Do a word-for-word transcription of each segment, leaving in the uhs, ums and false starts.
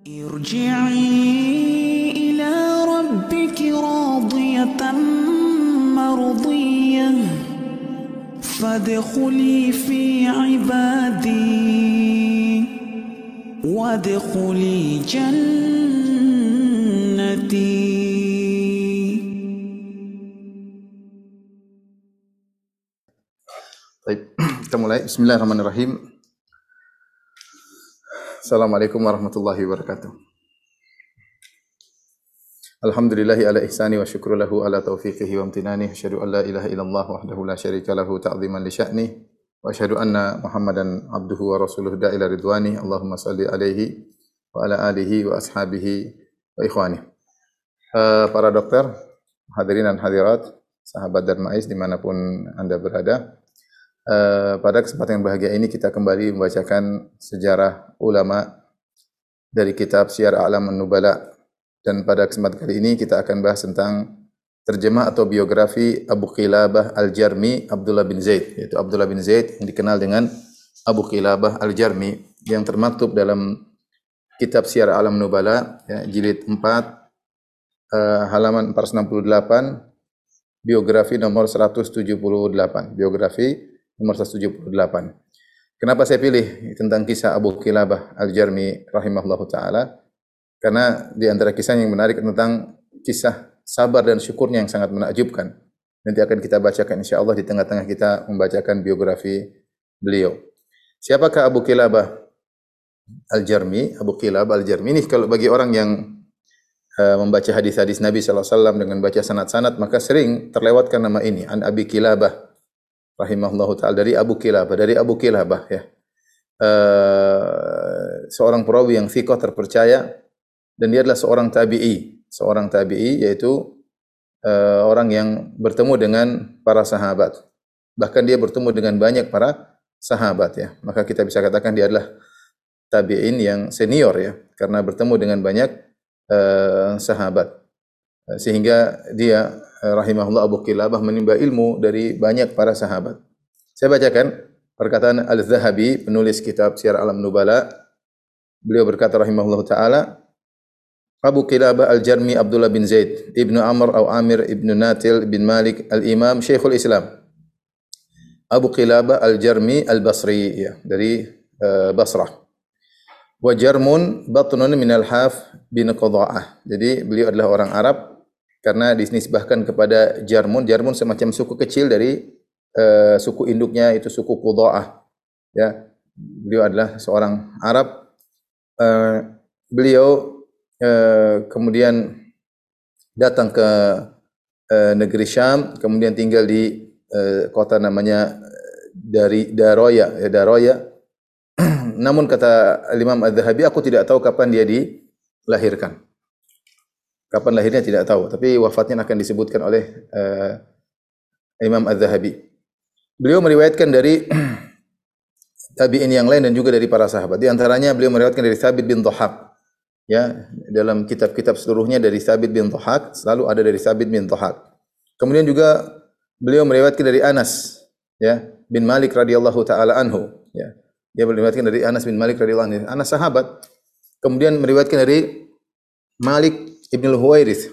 ارجعي إلى ربك راضية مرضية فادخلي في عبادي وادخلي جنتي. Baik, kita mulai. Bismillahirrahmanirrahim. Assalamualaikum warahmatullahi wabarakatuh. Alhamdulillahi ala ihsani wa syukru lahu ala taufiqihi wa amtinani. Asyhadu an la ilaha illallah wahdahu la syarika lahu ta'ziman li sya'ni. Wa asyhadu anna Muhammadan abduhu wa rasuluhu da'ila ridwani. Allahumma salli alaihi wa ala alihi wa ashabihi wa ikhwani. Uh, para dokter, hadirin dan hadirat, sahabat Darmais dimanapun Anda berada. Uh, pada kesempatan yang bahagia ini kita kembali membacakan sejarah ulama dari kitab Syiar A'lam An-Nubala, dan pada kesempatan kali ini kita akan bahas tentang terjemah atau biografi Abu Qilabah Al-Jarmi Abdullah bin Zaid, yaitu Abdullah bin Zaid yang dikenal dengan Abu Qilabah Al-Jarmi, yang termaktub dalam kitab Syiar A'lam An-Nubala, ya, jilid empat, uh, halaman empat ratus enam puluh delapan, biografi nomor seratus tujuh puluh delapan, biografi nomor seratus tujuh puluh delapan. Kenapa saya pilih tentang kisah Abu Qilabah Al-Jarmi rahimahullahu taala? Karena di antara kisah yang menarik tentang kisah sabar dan syukurnya yang sangat menakjubkan. Nanti akan kita bacakan insyaallah di tengah-tengah kita membacakan biografi beliau. Siapakah Abu Qilabah Al-Jarmi? Abu Qilabah Al-Jarmi ini kalau bagi orang yang uh, membaca hadis-hadis Nabi sallallahu alaihi wasallam dengan baca sanad-sanad, maka sering terlewatkan nama ini, an Abi Qilabah rahimahullahu ta'ala, dari Abu Qilabah, dari Abu Qilabah, ya. Uh, seorang perawi yang thiqah terpercaya, dan dia adalah seorang tabi'i, seorang tabi'i yaitu uh, orang yang bertemu dengan para sahabat. Bahkan dia bertemu dengan banyak para sahabat, ya. Maka kita bisa katakan dia adalah tabi'in yang senior, ya, karena bertemu dengan banyak uh, sahabat. Sehingga dia rahimahullah Abu Qilabah menimba ilmu dari banyak para sahabat. Saya bacakan perkataan Al-Zahabi, penulis kitab Syiar A'lam Nubala. Beliau berkata rahimahullah taala, Abu Qilabah Al-Jarmi Abdullah bin Zaid ibnu Amr atau Amir ibnu Natil bin Malik Al-Imam Syekhul Islam. Abu Qilabah Al-Jarmi Al-Basri, ya, dari uh, Basrah. Wa Jarmun batnun min al-Haf bin Qudha'ah. Jadi beliau adalah orang Arab karena dinisbahkan kepada Jarmun. Jarmun semacam suku kecil dari uh, suku induknya, itu suku Qudha'ah. Ya, beliau adalah seorang Arab. Uh, beliau uh, kemudian datang ke uh, negeri Syam, kemudian tinggal di uh, kota namanya dari Daroya, ya, Daroya. Namun kata Imam Az-Zahabi, aku tidak tahu kapan dia dilahirkan. Kapan lahirnya tidak tahu, tapi wafatnya akan disebutkan oleh uh, Imam Az-Zahabi. Beliau meriwayatkan dari tabi'in yang lain dan juga dari para sahabat. Di antaranya beliau meriwayatkan dari Thabit bin Dhahhak. Ya, dalam kitab-kitab seluruhnya dari Thabit bin Dhahhak, selalu ada dari Thabit bin Dhahhak. Kemudian juga beliau meriwayatkan dari Anas, ya, bin Malik radhiyallahu taala anhu, ya. Dia meriwayatkan dari Anas bin Malik radhiyallahu anhu, Anas sahabat. Kemudian meriwayatkan dari Malik Ibn al-Huwairith.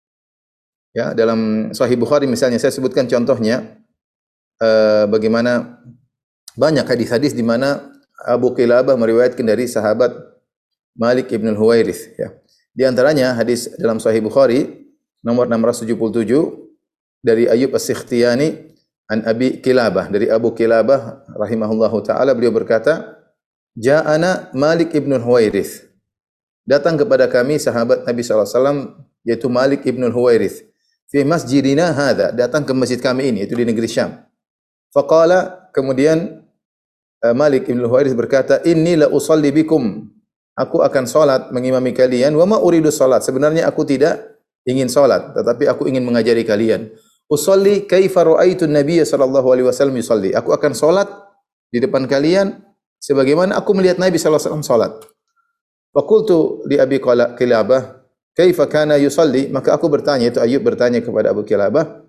Ya, dalam Sahih Bukhari misalnya saya sebutkan contohnya uh, bagaimana banyak hadis-hadis di mana Abu Qilabah meriwayatkan dari sahabat Malik Ibn al-Huwairith, ya. Di antaranya hadis dalam Sahih Bukhari nomor enam ratus tujuh puluh tujuh dari Ayyub As-Sikhtiyani an Abi Qilabah, dari Abu Qilabah rahimahullahu taala, beliau berkata, Ja'ana Malik Ibn al-Huwairith. Datang kepada kami sahabat Nabi sallallahu alaihi wasallam yaitu Malik Ibn al-Huwairith fi masjidina hadza, datang ke masjid kami ini, itu di negeri Syam. Faqala, kemudian uh, Malik Ibn al-Huwairith berkata, inni la usalli bikum, aku akan salat mengimami kalian, wa ma uridu salat, sebenarnya aku tidak ingin salat, tetapi aku ingin mengajari kalian. Usalli kaifa ra'aitu an-nabiy sallallahu alaihi wasallam yusalli, aku akan salat di depan kalian sebagaimana aku melihat Nabi sallallahu alaihi wasallam salat. Faqultu li Abi Qilabah, kaifa kana yusalli, maka aku bertanya, itu Ayyub bertanya kepada Abu Qilabah,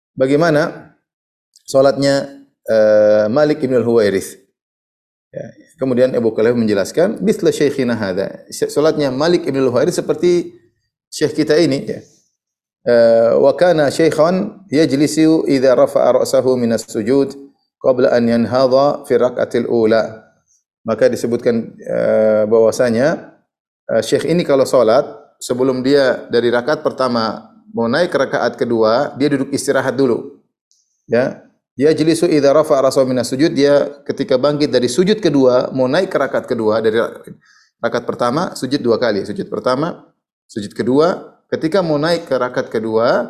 bagaimana salatnya uh, Malik Ibn al-Huwairith. Ya, Kemudian Abu Qilabah menjelaskan, "Mithla syekhina hadza." Salatnya Malik Ibn al-Huwairits seperti syekh kita ini ya. Uh, wa kana syaikhan yajlisu idza rafa'a ra'sahu min as-sujud qabla an yanhadha fi rak'atil ula. Maka disebutkan uh, bahwasanya uh, syekh ini kalau salat sebelum dia dari rakaat pertama mau naik ke rakaat kedua, dia duduk istirahat dulu. Ya. Yajlisu idza rafa'a ra'sahu min as-sujud, dia ketika bangkit dari sujud kedua mau naik ke rakaat kedua, dari rakaat pertama sujud dua kali, sujud pertama, sujud kedua. Ketika mau naik ke rakaat kedua,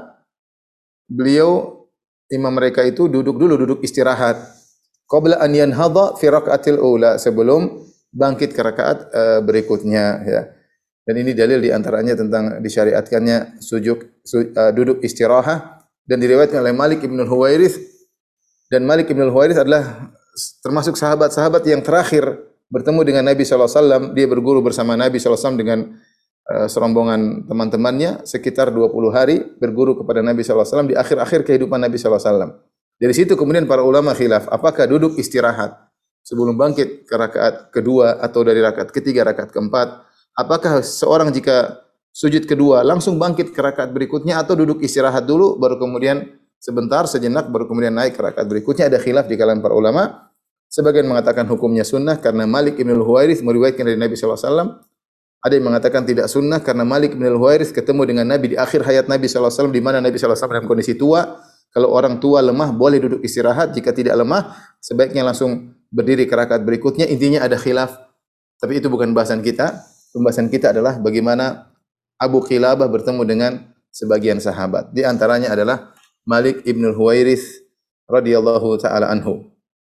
beliau imam mereka itu duduk dulu, duduk istirahat. Qabla an yanhadha fi rakaatil ula, sebelum bangkit ke rakaat uh, berikutnya ya. Dan ini dalil di antaranya tentang disyariatkannya sujud su, uh, duduk istirahat, dan diriwayatkan oleh Malik Ibn al-Huwairits, dan Malik Ibn al-Huwairits adalah termasuk sahabat-sahabat yang terakhir bertemu dengan Nabi sallallahu alaihi wasallam. Dia berguru bersama Nabi sallallahu alaihi wasallam dengan Uh, serombongan teman-temannya sekitar dua puluh hari berguru kepada Nabi sallallahu alaihi wasallam di akhir-akhir kehidupan Nabi sallallahu alaihi wasallam. Dari situ kemudian para ulama khilaf, apakah duduk istirahat sebelum bangkit ke rakaat kedua atau dari rakaat ketiga, rakaat keempat? Apakah seorang jika sujud kedua langsung bangkit ke rakaat berikutnya, atau duduk istirahat dulu baru kemudian sebentar sejenak baru kemudian naik ke rakaat berikutnya? Ada khilaf di kalangan para ulama. Sebagian mengatakan hukumnya sunnah karena Malik Ibn al-Huwairits meriwayatkan dari Nabi sallallahu alaihi wasallam. Ada yang mengatakan tidak sunnah karena Malik bin al-Huwairits ketemu dengan Nabi di akhir hayat Nabi sallallahu alaihi wasallam, di mana Nabi sallallahu alaihi wasallam dalam kondisi tua. Kalau orang tua lemah boleh duduk istirahat, jika tidak lemah sebaiknya langsung berdiri ke rakaat berikutnya. Intinya ada khilaf, tapi itu bukan bahasan kita. Pembahasan kita adalah bagaimana Abu Qilabah bertemu dengan sebagian sahabat. Di antaranya adalah Malik ibn al-Huwairits radhiyallahu taala anhu.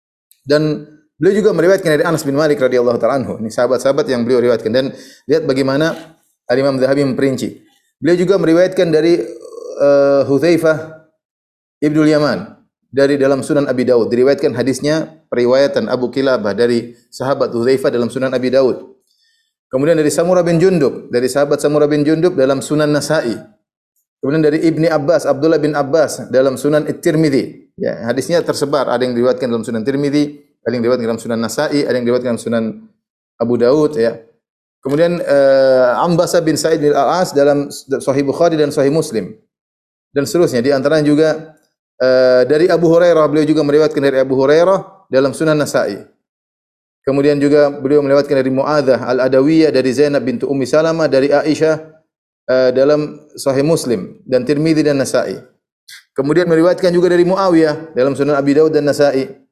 Dan beliau juga meriwayatkan dari Anas bin Malik radhiyallahu ta'ala anhu. Ini sahabat-sahabat yang beliau riwayatkan, dan lihat bagaimana Al-Imam Dzahabi memperinci. Beliau juga meriwayatkan dari uh, Hudzaifah Ibnul Yaman dari dalam Sunan Abi Daud. Diriwayatkan hadisnya periwayatan Abu Qilabah dari sahabat Hudzaifah dalam Sunan Abi Daud. Kemudian dari Samurah bin Jundub, dari sahabat Samurah bin Jundub dalam Sunan Nasa'i. Kemudian dari Ibni Abbas, Abdullah bin Abbas dalam Sunan At-Tirmidzi. Ya, hadisnya tersebar, ada yang diriwayatkan dalam Sunan Tirmidzi, ada yang diriwayatkan dalam Sunan Nasa'i, ada yang diriwayatkan dalam Sunan Abu Daud ya. Kemudian uh, Ambasa bin Sa'id al-As dalam Sahih Bukhari dan Sahih Muslim. Dan seterusnya. Di antaranya juga uh, dari Abu Hurairah, beliau juga meriwayatkan dari Abu Hurairah dalam Sunan Nasa'i. Kemudian juga beliau meriwayatkan dari Mu'adzah al-Adawiyah, dari Zainab bintu Ummi Salamah, dari Aisyah uh, dalam Sahih Muslim dan Tirmidzi dan Nasa'i. Kemudian meriwayatkan juga dari Muawiyah dalam Sunan Abi Daud dan Nasa'i.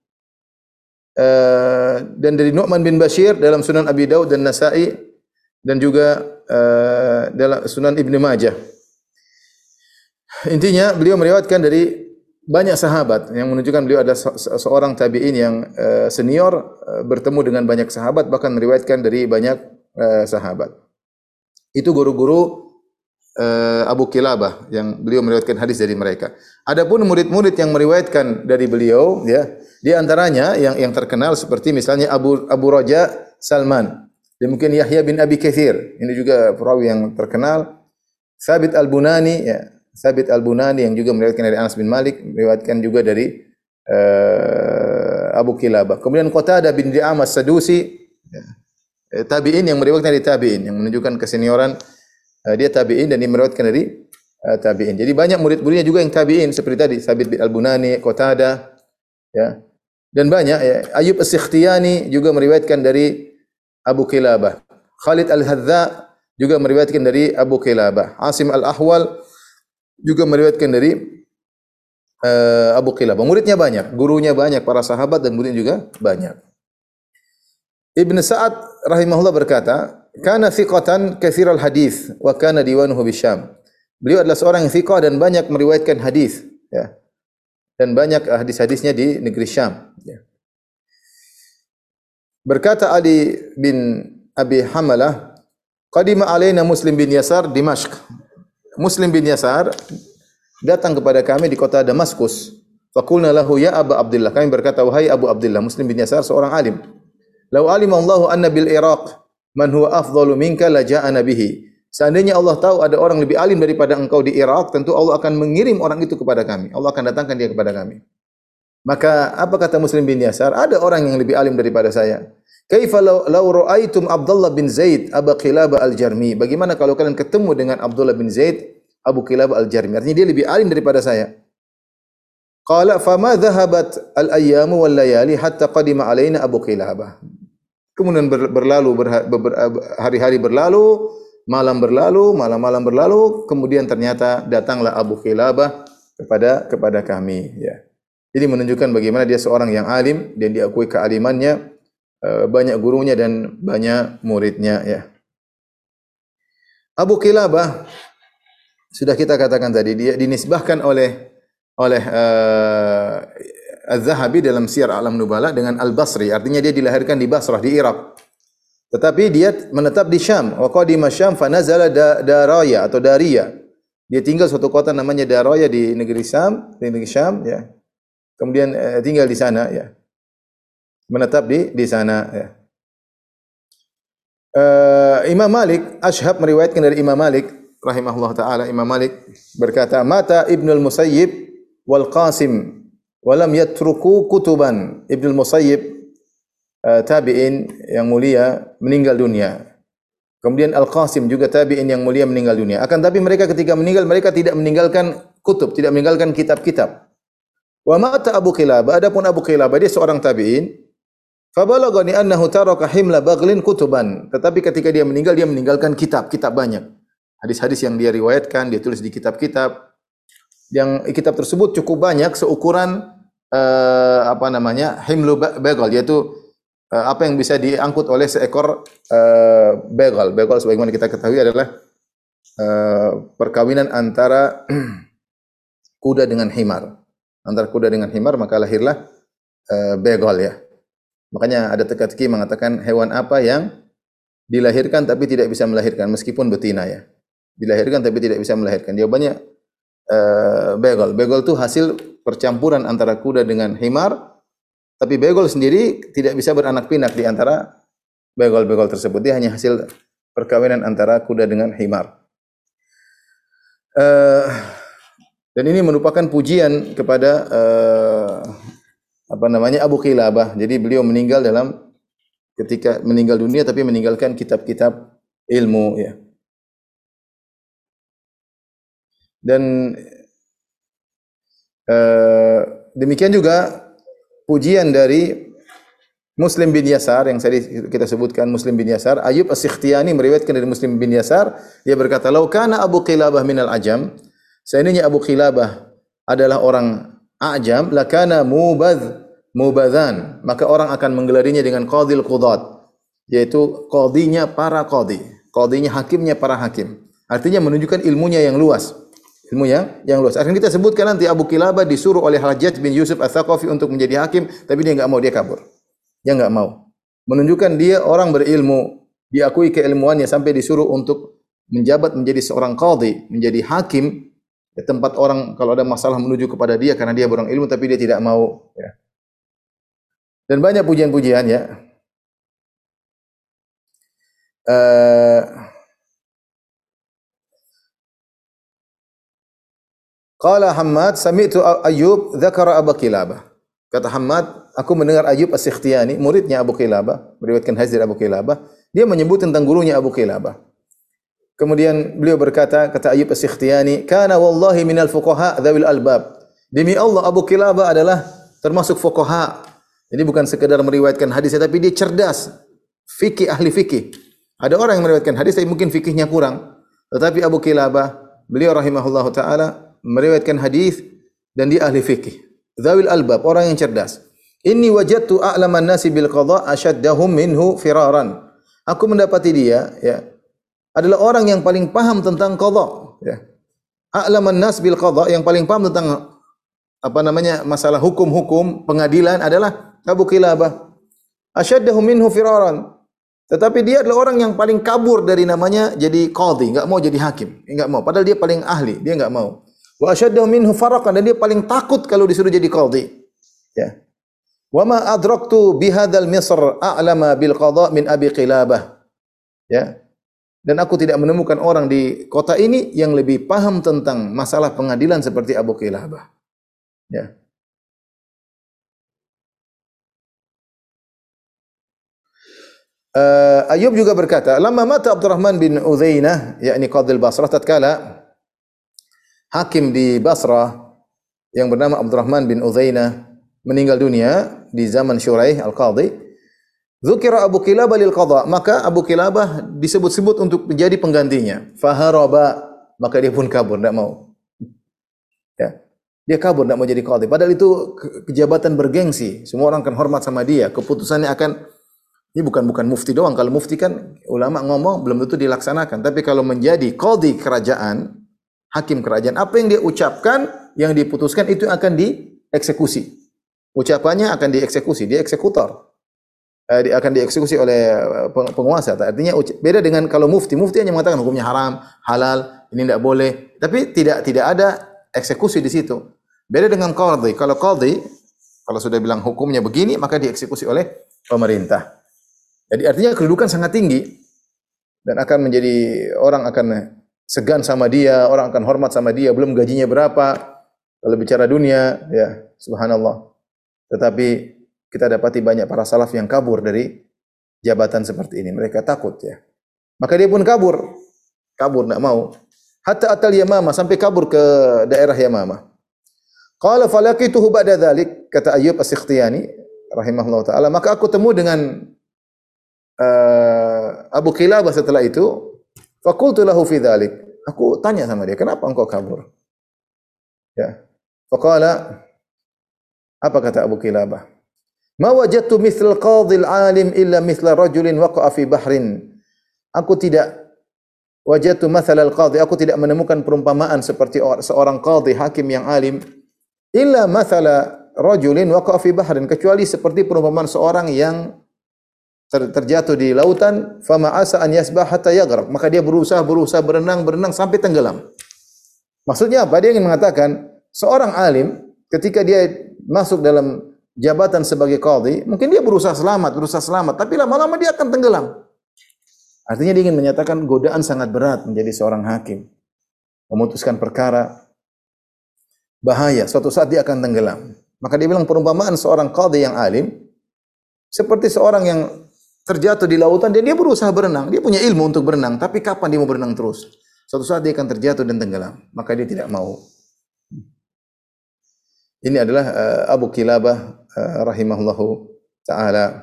Uh, dan dari Nu'man bin Bashir dalam Sunan Abi Daud dan Nasa'i, dan juga uh, dalam Sunan Ibnu Majah. Intinya beliau meriwayatkan dari banyak sahabat, yang menunjukkan beliau adalah seorang tabi'in yang uh, senior, uh, bertemu dengan banyak sahabat, bahkan meriwayatkan dari banyak uh, sahabat. Itu guru-guru uh, Abu Qilabah yang beliau meriwayatkan hadis dari mereka. Adapun murid-murid yang meriwayatkan dari beliau ya, di antaranya yang yang terkenal seperti misalnya Abu Abu Raja Salman, dan mungkin Yahya bin Abi Katsir, ini juga perawi yang terkenal. Thabit Al-Bunani ya, Thabit Al-Bunani yang juga meriwayatkan dari Anas bin Malik, meriwayatkan juga dari uh, Abu Qilabah. Kemudian Qatadah bin Di'amah As-Sadusi ya, tabi'in yang meriwayatkan dari tabi'in, yang menunjukkan kesenioran uh, dia tabi'in dan dia meriwayatkan dari uh, tabi'in. Jadi banyak murid-muridnya juga yang tabi'in seperti tadi Thabit bin Al-Bunani, Qatadah ya. Dan banyak ya. Ayyub As-Sikhtiyani juga meriwayatkan dari Abu Qilabah. Khalid Al-Hadza juga meriwayatkan dari Abu Qilabah. Asim Al-Ahwal juga meriwayatkan dari uh, Abu Qilabah. Muridnya banyak, gurunya banyak, para sahabat dan muridnya juga banyak. Ibn Sa'ad rahimahullah berkata, "Kana thiqatan katsiral hadis wa kana diwanuhu bisyam." Beliau adalah seorang yang thiqah dan banyak meriwayatkan hadis, ya. Dan banyak hadis-hadisnya di negeri Syam. Ya. Berkata Ali bin Abi Hamalah, "Qadima alaina Muslim bin Yasar Dimashq." Muslim bin Yasar datang kepada kami di kota Damaskus. Faqulna lahu ya Abu Abdullah. Kami berkata, wahai Abu Abdullah, Muslim bin Yasar seorang alim. "Lau alima Allahu anna bil Iraq man huwa afdalu minka la ja'ana bihi." Seandainya Allah tahu ada orang lebih alim daripada engkau di Irak, tentu Allah akan mengirim orang itu kepada kami. Allah akan datangkan dia kepada kami. Maka apa kata Muslim bin Yasar? Ada orang yang lebih alim daripada saya. Kaifa law, law ra'aitum Abdullah bin Zaid Abu Qilabah al-Jarmi? Bagaimana kalau kalian ketemu dengan Abdullah bin Zaid Abu Qilabah al-Jarmi? Artinya dia lebih alim daripada saya. Qala fama dhahabat al-ayyamu wal layali hatta qadima alaina Abu Qilabah. Kemudian ber, berlalu ber, ber, hari-hari berlalu, malam berlalu, malam-malam berlalu, kemudian ternyata datanglah Abu Qilabah kepada kepada kami, ya. Jadi menunjukkan bagaimana dia seorang yang alim dan diakui kealimannya, banyak gurunya dan banyak muridnya, ya. Abu Qilabah sudah kita katakan tadi, dia dinisbahkan oleh oleh uh, Az-Zahabi dalam Syiar A'lam Nubala dengan Al-Basri, artinya dia dilahirkan di Basrah di Irak. Tetapi dia menetap di Syam, wa qadima Syam fa nazala Daraya atau Daria. Dia tinggal suatu kota namanya Daraya di negeri Syam, di negeri Syam, ya. Kemudian uh, tinggal di sana, ya. Menetap di di sana, ya. Uh, Imam Malik, Ashhab meriwayatkan dari Imam Malik rahimahullah taala, Imam Malik berkata, "Mata Ibnul Musayyib wal Qasim wa lam yatruku kutuban." Ibnul Musayyib uh, tabi'in yang mulia meninggal dunia. Kemudian Al-Qasim juga tabi'in yang mulia meninggal dunia. Akan tapi mereka ketika meninggal mereka tidak meninggalkan kutub, tidak meninggalkan kitab-kitab. Wa mata Abu Qilabah, adapun Abu Qilabah dia seorang tabi'in. Fabalaghani annahu taraka himla baghlin kutuban. Tetapi ketika dia meninggal dia meninggalkan kitab-kitab banyak. Hadis-hadis yang dia riwayatkan, dia tulis di kitab-kitab. Yang kitab tersebut cukup banyak seukuran uh, apa namanya? Himlu baghl, yaitu uh, apa yang bisa diangkut oleh seekor uh, baghl. Baghl sebagaimana kita ketahui adalah uh, perkawinan antara kuda dengan himar. Antara kuda dengan himar maka lahirlah uh, baghl, ya. Makanya ada teka-teki mengatakan hewan apa yang dilahirkan tapi tidak bisa melahirkan meskipun betina, ya. Dilahirkan tapi tidak bisa melahirkan. Jawabannya uh, baghl. Baghl itu hasil percampuran antara kuda dengan himar, tapi baghl sendiri tidak bisa beranak pinak di antara baghl-baghl tersebut. Dia hanya hasil perkawinan antara kuda dengan himar. Uh, dan ini merupakan pujian kepada uh, apa namanya Abu Qilabah. Jadi beliau meninggal dalam ketika meninggal dunia tapi meninggalkan kitab-kitab ilmu, ya. Dan uh, demikian juga pujian dari Muslim bin Yasar yang tadi kita sebutkan, Muslim bin Yasar. Ayyub As-Sikhtiyani meriwayatkan dari Muslim bin Yasar, dia berkata, "Lau kana Abu Qilabah minal ajam." Seandainya Abu Qilabah adalah orang A'jam, lakana mubadh mubadhan, maka orang akan menggelarinya dengan qadil qudat, yaitu qadinya para qadi, qadinya hakimnya para hakim. Artinya menunjukkan ilmunya yang luas. Ilmunya yang luas. Akan kita sebutkan nanti Abu Qilabah disuruh oleh Hajjaj bin Yusuf Ats-Tsaqafi untuk menjadi hakim, tapi dia enggak mau, dia kabur. Dia enggak mau. Menunjukkan dia orang berilmu, diakui keilmuannya sampai disuruh untuk menjabat menjadi seorang qadi, menjadi hakim. Ya, tempat orang kalau ada masalah menuju kepada dia karena dia berang ilmu tapi dia tidak mau, ya. Dan banyak pujian-pujian, ya. Uh, Qala Hammad sami'tu Ayyub dzakara Abu Qilabah. Kata Hammad, aku mendengar Ayyub As-Sikhtiyani, muridnya Abu Qilabah, meriwayatkan hadis dari Abu Qilabah, dia menyebut tentang gurunya Abu Qilabah. Kemudian beliau berkata, kata Ayyub As-Sikhtiyani, "Kana wallahi minal fuqaha dzawil albab." Demi Allah Abu Qilabah adalah termasuk fuqaha. Jadi bukan sekedar meriwayatkan hadis, tapi dia cerdas. Fikih, ahli fikih. Ada orang yang meriwayatkan hadis tapi mungkin fikihnya kurang. Tetapi Abu Qilabah, beliau rahimahullahu taala meriwayatkan hadis dan dia ahli fikih. Dzawil albab, orang yang cerdas. Inni wajadtu a'laman nasi bil qada ashaddahum minhu firaran. Aku mendapati dia, ya, adalah orang yang paling paham tentang qadha, ya. A'laman nas bil qadha, yang paling paham tentang apa namanya masalah hukum-hukum pengadilan adalah Abu Qilabah. Ashaddahum minhu firaran. Tetapi dia adalah orang yang paling kabur dari namanya jadi qadhi, enggak mau jadi hakim, enggak mau. Padahal dia paling ahli, dia enggak mau. Wa ashaddahum minhu faraqan, dan dia paling takut kalau disuruh jadi qadhi. Ya. Wa ma adraktu bihadzal Misr a'lama bil qadha min Abi Qilabah. Ya. Dan aku tidak menemukan orang di kota ini yang lebih paham tentang masalah pengadilan seperti Abu Qilabah. Ya. Uh, Ayub juga berkata, "Lamma mata Abdurrahman bin Udzainah, yakni qadhi al-Basrah, tatkala hakim di Basrah yang bernama Abdurrahman bin Udzainah meninggal dunia di zaman Syuraih al-Qadhi, dzukira Abu Kilabah lil qadha, maka Abu Kilabah disebut-sebut untuk menjadi penggantinya. Faharaba, maka dia pun kabur, tidak mau. Ya. Dia kabur, tidak mau jadi qadhi. Padahal itu kejabatan bergengsi. Semua orang akan hormat sama dia. Keputusannya akan, ini bukan bukan mufti doang. Kalau mufti kan ulama ngomong belum tentu dilaksanakan. Tapi kalau menjadi qadhi kerajaan, hakim kerajaan, apa yang dia ucapkan, yang diputuskan itu akan dieksekusi. Ucapannya akan dieksekusi, dia eksekutor. Eh, dia akan dieksekusi oleh penguasa. Artinya beda dengan kalau mufti. Mufti hanya mengatakan hukumnya haram, halal, ini tidak boleh. Tapi tidak tidak ada eksekusi di situ. Beda dengan qadhi. Kalau qadhi, kalau sudah bilang hukumnya begini, maka dieksekusi oleh pemerintah. Jadi artinya kedudukan sangat tinggi dan akan menjadi orang akan segan sama dia, orang akan hormat sama dia, belum gajinya berapa. Kalau bicara dunia, ya subhanallah. Tetapi kita dapati banyak para salaf yang kabur dari jabatan seperti ini. Mereka takut ya. Maka dia pun kabur. Kabur, tidak mau. Hatta atal Yamamah, sampai kabur ke daerah Yamamah. Qala falaqituhu ba'da dzalik, kata Ayyub As-Sikhtiyani rahimahullah taala, maka aku temu dengan uh, Abu Kilabah setelah itu. Faqultu lahu fi dzalik, aku tanya sama dia, kenapa engkau kabur? Ya. Faqala, apa kata Abu Kilabah? Ma wajadtu mithl qadhi al-alim illa mithla rajulin waqa'a fi bahrin. Aku tidak wajadtu mathal al-qadhi, aku tidak menemukan perumpamaan seperti seorang qadhi, hakim yang alim, illa mathala rajulin waqa'a fi bahrin, kecuali seperti perumpamaan seorang yang ter, terjatuh di lautan, fama asa an yasbah hatta yaghraq, maka dia berusaha berusaha berenang berenang sampai tenggelam. Maksudnya apa? Dia ingin mengatakan seorang alim ketika dia masuk dalam jabatan sebagai qadhi, mungkin dia berusaha selamat, berusaha selamat, tapi lama-lama dia akan tenggelam. Artinya dia ingin menyatakan godaan sangat berat menjadi seorang hakim. Memutuskan perkara bahaya, suatu saat dia akan tenggelam. Maka dia bilang perumpamaan seorang qadhi yang alim seperti seorang yang terjatuh di lautan dan dia berusaha berenang. Dia punya ilmu untuk berenang, tapi kapan dia mau berenang terus? Suatu saat dia akan terjatuh dan tenggelam. Maka dia tidak mau. Ini adalah uh, Abu Kilabah uh, rahimahullahu ta'ala.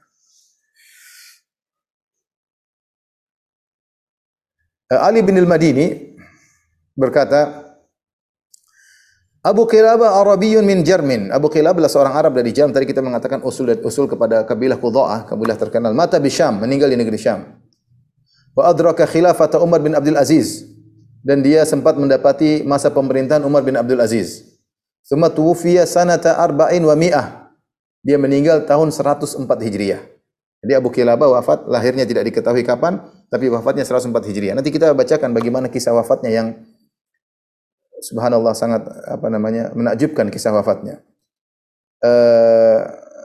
Uh, Ali bin al-Madini berkata, Abu Kilabah Arabiyyun min Jarmin. Abu Kilabah adalah seorang Arab dari Jam. Tadi kita mengatakan usul usul kepada kabilah Qudha'ah, kabilah terkenal. Mata bi Syam, meninggal di negeri Syam. Wa adraka khilafata Umar bin Abdul Aziz. Dan dia sempat mendapati masa pemerintahan Umar bin Abdul Aziz. Tsumma tuwfiya sanata arba'in wa mi'ah. Dia meninggal tahun seratus empat Hijriah. Jadi Abu Kilabah wafat, lahirnya tidak diketahui kapan, tapi wafatnya seratus empat Hijriah. Nanti kita bacakan bagaimana kisah wafatnya yang subhanallah sangat apa namanya menakjubkan kisah wafatnya. Uh,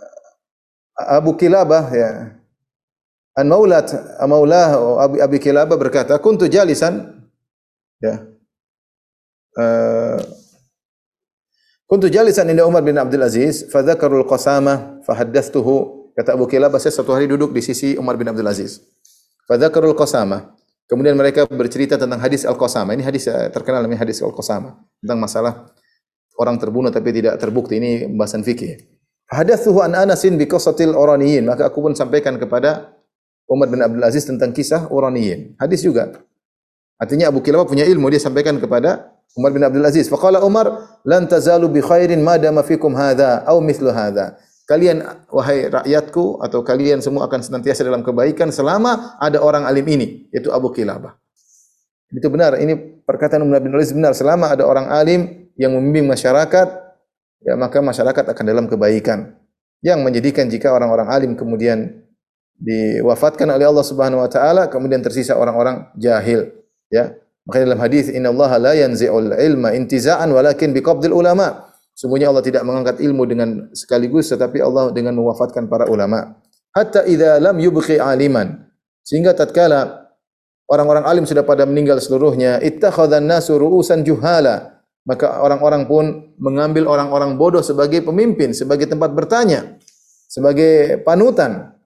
Abu Kilabah ya, an maulat maulah Abu, Abu Kilabah berkata, kuntu jalisan ya. Uh, Kuntu jalisan inda Umar bin Abdul Aziz, fa dzakarul qasamah fa haddathtuhu. Kata Abu Kilabah, saya satu hari duduk di sisi Umar bin Abdul Aziz. Fa dzakarul qasamah. Kemudian mereka bercerita tentang hadis al-qasamah. Ini hadis terkenal namanya hadis al-qasamah, tentang masalah orang terbunuh tapi tidak terbukti. Ini pembahasan fikih. Fa haddathtuhu an Anasin bi qissatil Uraniyin. Maka aku pun sampaikan kepada Umar bin Abdul Aziz tentang kisah Uraniyin. Hadis juga. Artinya Abu Kilabah punya ilmu, dia sampaikan kepada Umar bin Abdul Aziz. Faqala Umar, lan tazalu bi khairin ma dama fikum hadza aw mithlu hadza. Kalian wahai rakyatku atau kalian semua akan senantiasa dalam kebaikan selama ada orang alim ini, yaitu Abu Kilabah. Itu benar, ini perkataan Umar bin Abdul Aziz benar. Selama ada orang alim yang membimbing masyarakat, ya maka masyarakat akan dalam kebaikan. Yang menjadikan jika orang-orang alim kemudian diwafatkan oleh Allah Subhanahu wa taala, kemudian tersisa orang-orang jahil, ya. Makanya dalam hadis, innallaha la yanzi'ul ilma intiza'an walakin biqabdil ulama. Sungguhnya Allah tidak mengangkat ilmu dengan sekaligus, tetapi Allah dengan mewafatkan para ulama. Hatta idza lam yubqi aliman, sehingga tatkala orang-orang alim sudah pada meninggal seluruhnya, ittakhadhan nasu ru'usan juhala, maka orang-orang pun mengambil orang-orang bodoh sebagai pemimpin, sebagai tempat bertanya, sebagai panutan.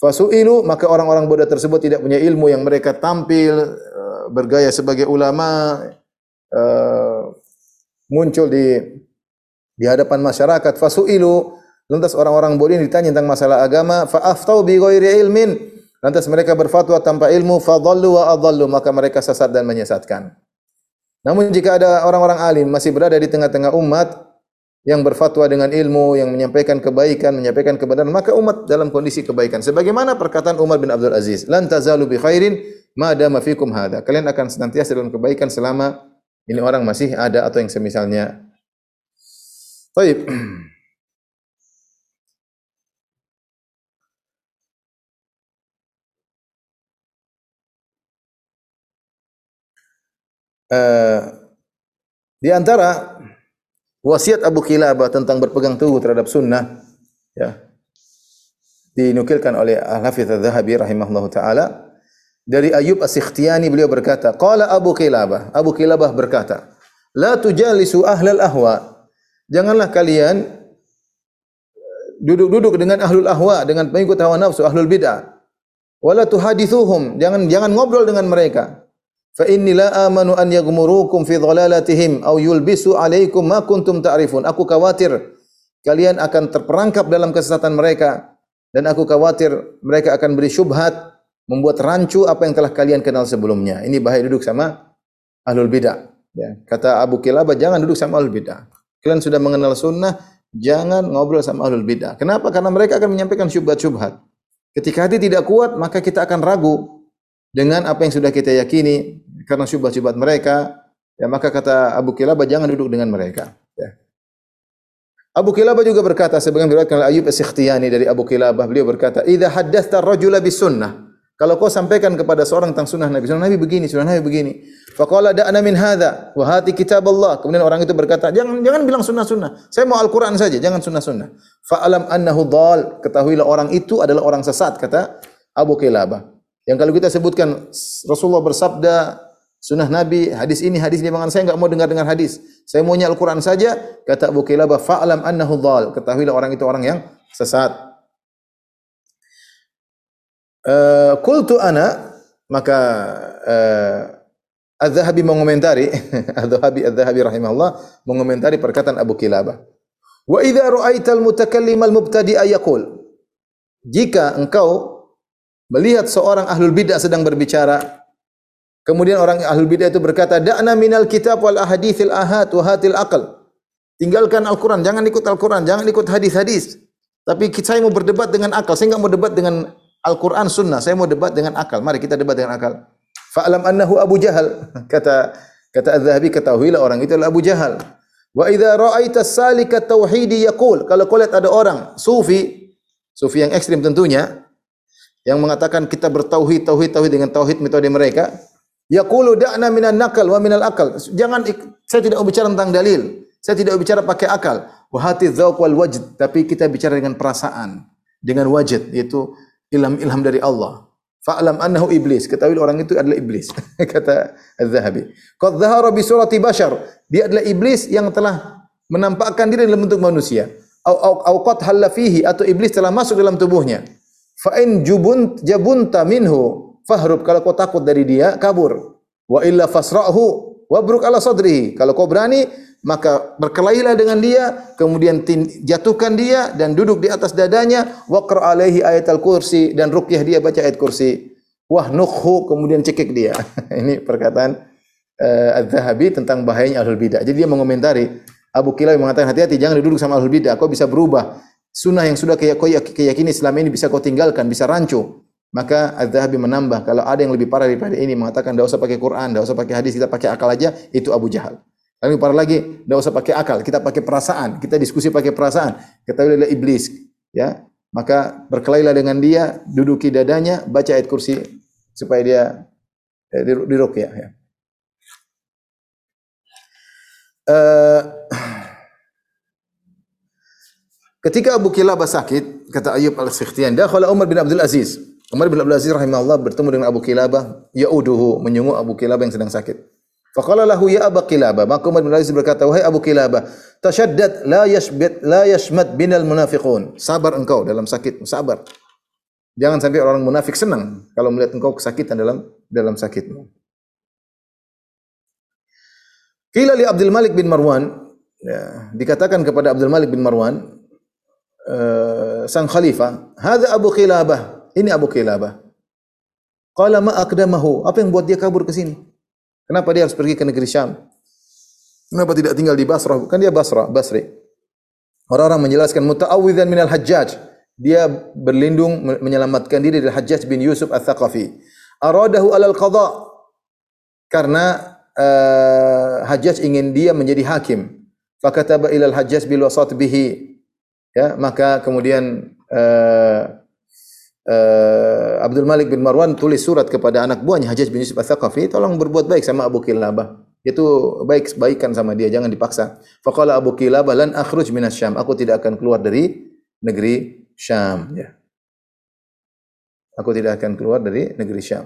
Fasu'ilu, maka orang-orang bodoh tersebut tidak punya ilmu yang mereka tampil uh, bergaya sebagai ulama, uh, muncul di di hadapan masyarakat. Fasu'ilu, lantas orang-orang bodoh ini ditanya tentang masalah agama, fa aftau bi ghairi ilmin, lantas mereka berfatwa tanpa ilmu, fadhallu wa adhallu, maka mereka sesat dan menyesatkan. Namun jika ada orang-orang alim masih berada di tengah-tengah umat yang berfatwa dengan ilmu, yang menyampaikan kebaikan, menyampaikan kebenaran, maka umat dalam kondisi kebaikan. Sebagaimana perkataan Umar bin Abdul Aziz, lan tazalu bi khairin ma dama fikum hadza. Kalian akan senantiasa dalam kebaikan selama ini orang masih ada atau yang semisalnya. Baik. Uh, di antara wasiat Abu Qilabah tentang berpegang teguh terhadap sunnah, ya, dinukilkan oleh Al-Hafidz Adz-Dzahabi rahimahullahu taala dari Ayyub As-Sikhtiyani, beliau berkata, qala Abu Qilabah, Abu Qilabah berkata, la tujalisu ahlal ahwa, janganlah kalian duduk-duduk dengan ahlul ahwa, dengan pengikut hawa nafsu, ahlul bid'ah. Wala tuhadithuhum, jangan jangan ngobrol dengan mereka. Fa inni la amanu an yaghmurukum fi dhalalatihim aw yulbisu alaikum ma kuntum ta'rifun. Aku khawatir kalian akan terperangkap dalam kesesatan mereka, dan aku khawatir mereka akan beri syubhat, membuat rancu apa yang telah kalian kenal sebelumnya. Ini bahaya duduk sama ahlul bidah. Ya, kata Abu Qilabah, jangan duduk sama ahlul bidah. Kalian sudah mengenal sunnah, jangan ngobrol sama ahlul bidah. Kenapa? Karena mereka akan menyampaikan syubhat-syubhat. Ketika hati tidak kuat, maka kita akan ragu dengan apa yang sudah kita yakini karena syubhat-syubhat mereka. Ya, maka kata Abu Qilabah, jangan duduk dengan mereka. Ya. Abu Qilabah juga berkata, sebagian diriwayatkan oleh Ayyub As-Sikhtiyani dari Abu Qilabah, beliau berkata, "Idza haddatsta ar-rajula bis-sunnah." Kalau kau sampaikan kepada seorang tentang sunnah Nabi, sunnah Nabi begini, sunnah Nabi begini. Faqala da'na min hadza wa hati kitab Allah. Kemudian orang itu berkata, jangan jangan bilang sunnah-sunnah. Saya mau Al-Qur'an saja, jangan sunnah-sunnah. Fa'alam annahu dhal. Ketahuilah orang itu adalah orang sesat, kata Abu Qilabah. Yang kalau kita sebutkan Rasulullah bersabda, sunnah Nabi, hadis ini, hadis ini, bahkan saya enggak mau dengar-dengar hadis. Saya maunya Al-Qur'an saja, kata Abu Qilabah, fa'alam annahu dhal. Ketahuilah orang itu orang yang sesat. Uh, Qultu ana, maka uh, Az-Zahabi mengomentari, Az-Zahabi Az-Zahabi rahimahullah mengomentari perkataan Abu Qilabah. Wa idza ra'aital mutakallim al-mubtadi'a yaqul, jika engkau melihat seorang ahlul bidah sedang berbicara, kemudian orang ahlul bidah itu berkata, da'na minal kitab wal ahaditsil ahad wa hatil aql. Tinggalkan Al-Qur'an, jangan ikut Al-Qur'an, jangan ikut hadis-hadis. Tapi saya mau berdebat dengan akal, saya enggak mau debat dengan Al-Qur'an sunnah, saya mau debat dengan akal. Mari kita debat dengan akal. Fa'lam annahu Abu Jahal. Kata kata Az-Zahabi, ketahuilah orang itu adalah Abu Jahal. Wa idza ra'aita salika tauhidi yaqul, kalau kau lihat ada orang sufi, sufi yang ekstrim tentunya, yang mengatakan kita bertauhid, tauhid, tauhid dengan tauhid metode mereka, yaqulu da'na minan naqal wa minal aqal. Jangan, saya tidak bicara tentang dalil, saya tidak bicara pakai akal. Wa hati dzauq wal wajd, tapi kita bicara dengan perasaan, dengan wajd, yaitu ilham-ilham dari Allah. Fa'lam annahu iblis. Ketahui orang itu adalah iblis. Kata Az-Zahabi. Qad dhahara bi surati bashar. Dia adalah iblis yang telah menampakkan diri dalam bentuk manusia. Au au au qad halla fihi, atau iblis telah masuk dalam tubuhnya. Fa in jubunt jabunta minhu fahrub. Kalau kau takut dari dia, kabur. Wa illa fasra'hu wabruk ala sadrihi. Kalau kau berani, maka berkelailah dengan dia, kemudian jatuhkan dia dan duduk di atas dadanya, waqra alaihi ayatul kursi, dan ruqyah dia baca ayat kursi, wahnukhu, kemudian cekik dia. Ini perkataan uh, Az-Zahabi tentang bahayanya ahlul bidah. Jadi dia mengomentari Abu Qilabah mengatakan, hati-hati, jangan duduk sama ahlul bidah, kau bisa berubah. Sunnah yang sudah kau keyakini selama ini bisa kau tinggalkan, bisa rancu. Maka Az-Zahabi menambah, kalau ada yang lebih parah daripada ini, mengatakan tidak usah pakai Quran, tidak usah pakai hadis, kita pakai akal aja, itu Abu Jahal. Lalu para lagi, tidak usah pakai akal, kita pakai perasaan, kita diskusi pakai perasaan. Ketahuilah iblis, ya. Maka berkelailah dengan dia, duduki dadanya, baca ayat kursi supaya dia eh, diruqyah, ya. Uh, ketika Abu Qilabah sakit, kata Ayyub As-Sikhtiyani, dakhala Umar bin Abdul Aziz. Umar bin Abdul Aziz rahimahullah bertemu dengan Abu Qilabah, ya'uduhu, menyungguh Abu Qilabah yang sedang sakit. Faqala lahu ya Abu Qilabah, maka Umar bin Aziz berkata, wahai Abu Qilabah, tashaddad la yashbit la yashmat binal munafiqun. Sabar engkau dalam sakit, sabar. Jangan sampai orang munafik senang kalau melihat engkau kesakitan dalam dalam sakitmu. Qila li Abdul Malik bin Marwan, ya, dikatakan kepada Abdul Malik bin Marwan, uh, sang khalifah, "Hadza Abu Qilabah." Ini Abu Qilabah. Qala ma aqdamahu? Apa yang buat dia kabur ke sini? Kenapa dia harus pergi ke negeri Syam? Kenapa tidak tinggal di Basrah? Bukan dia Basrah, Basri. Orang-orang menjelaskan muta'awwidzan minal Hajjaj. Dia berlindung menyelamatkan diri dari Hajjaj bin Yusuf Ats-Tsaqafi. Aradahu alal qadha. Karena uh, Hajjaj ingin dia menjadi hakim. Fakataba ilal Hajjaj bil wasat bihi. Ya, maka kemudian uh, uh, Abdul Malik bin Marwan tulis surat kepada anak buahnya Hajjaj bin Yusuf Ats-Tsaqafi, tolong berbuat baik sama Abu Qilabah. Itu baik baikan sama dia, jangan dipaksa. Faqala Abu Qilabah lan akhruj minas Syam. Aku tidak akan keluar dari negeri Syam, ya. Aku tidak akan keluar dari negeri Syam.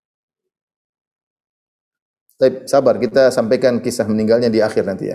Tapi sabar, kita sampaikan kisah meninggalnya di akhir nanti, ya.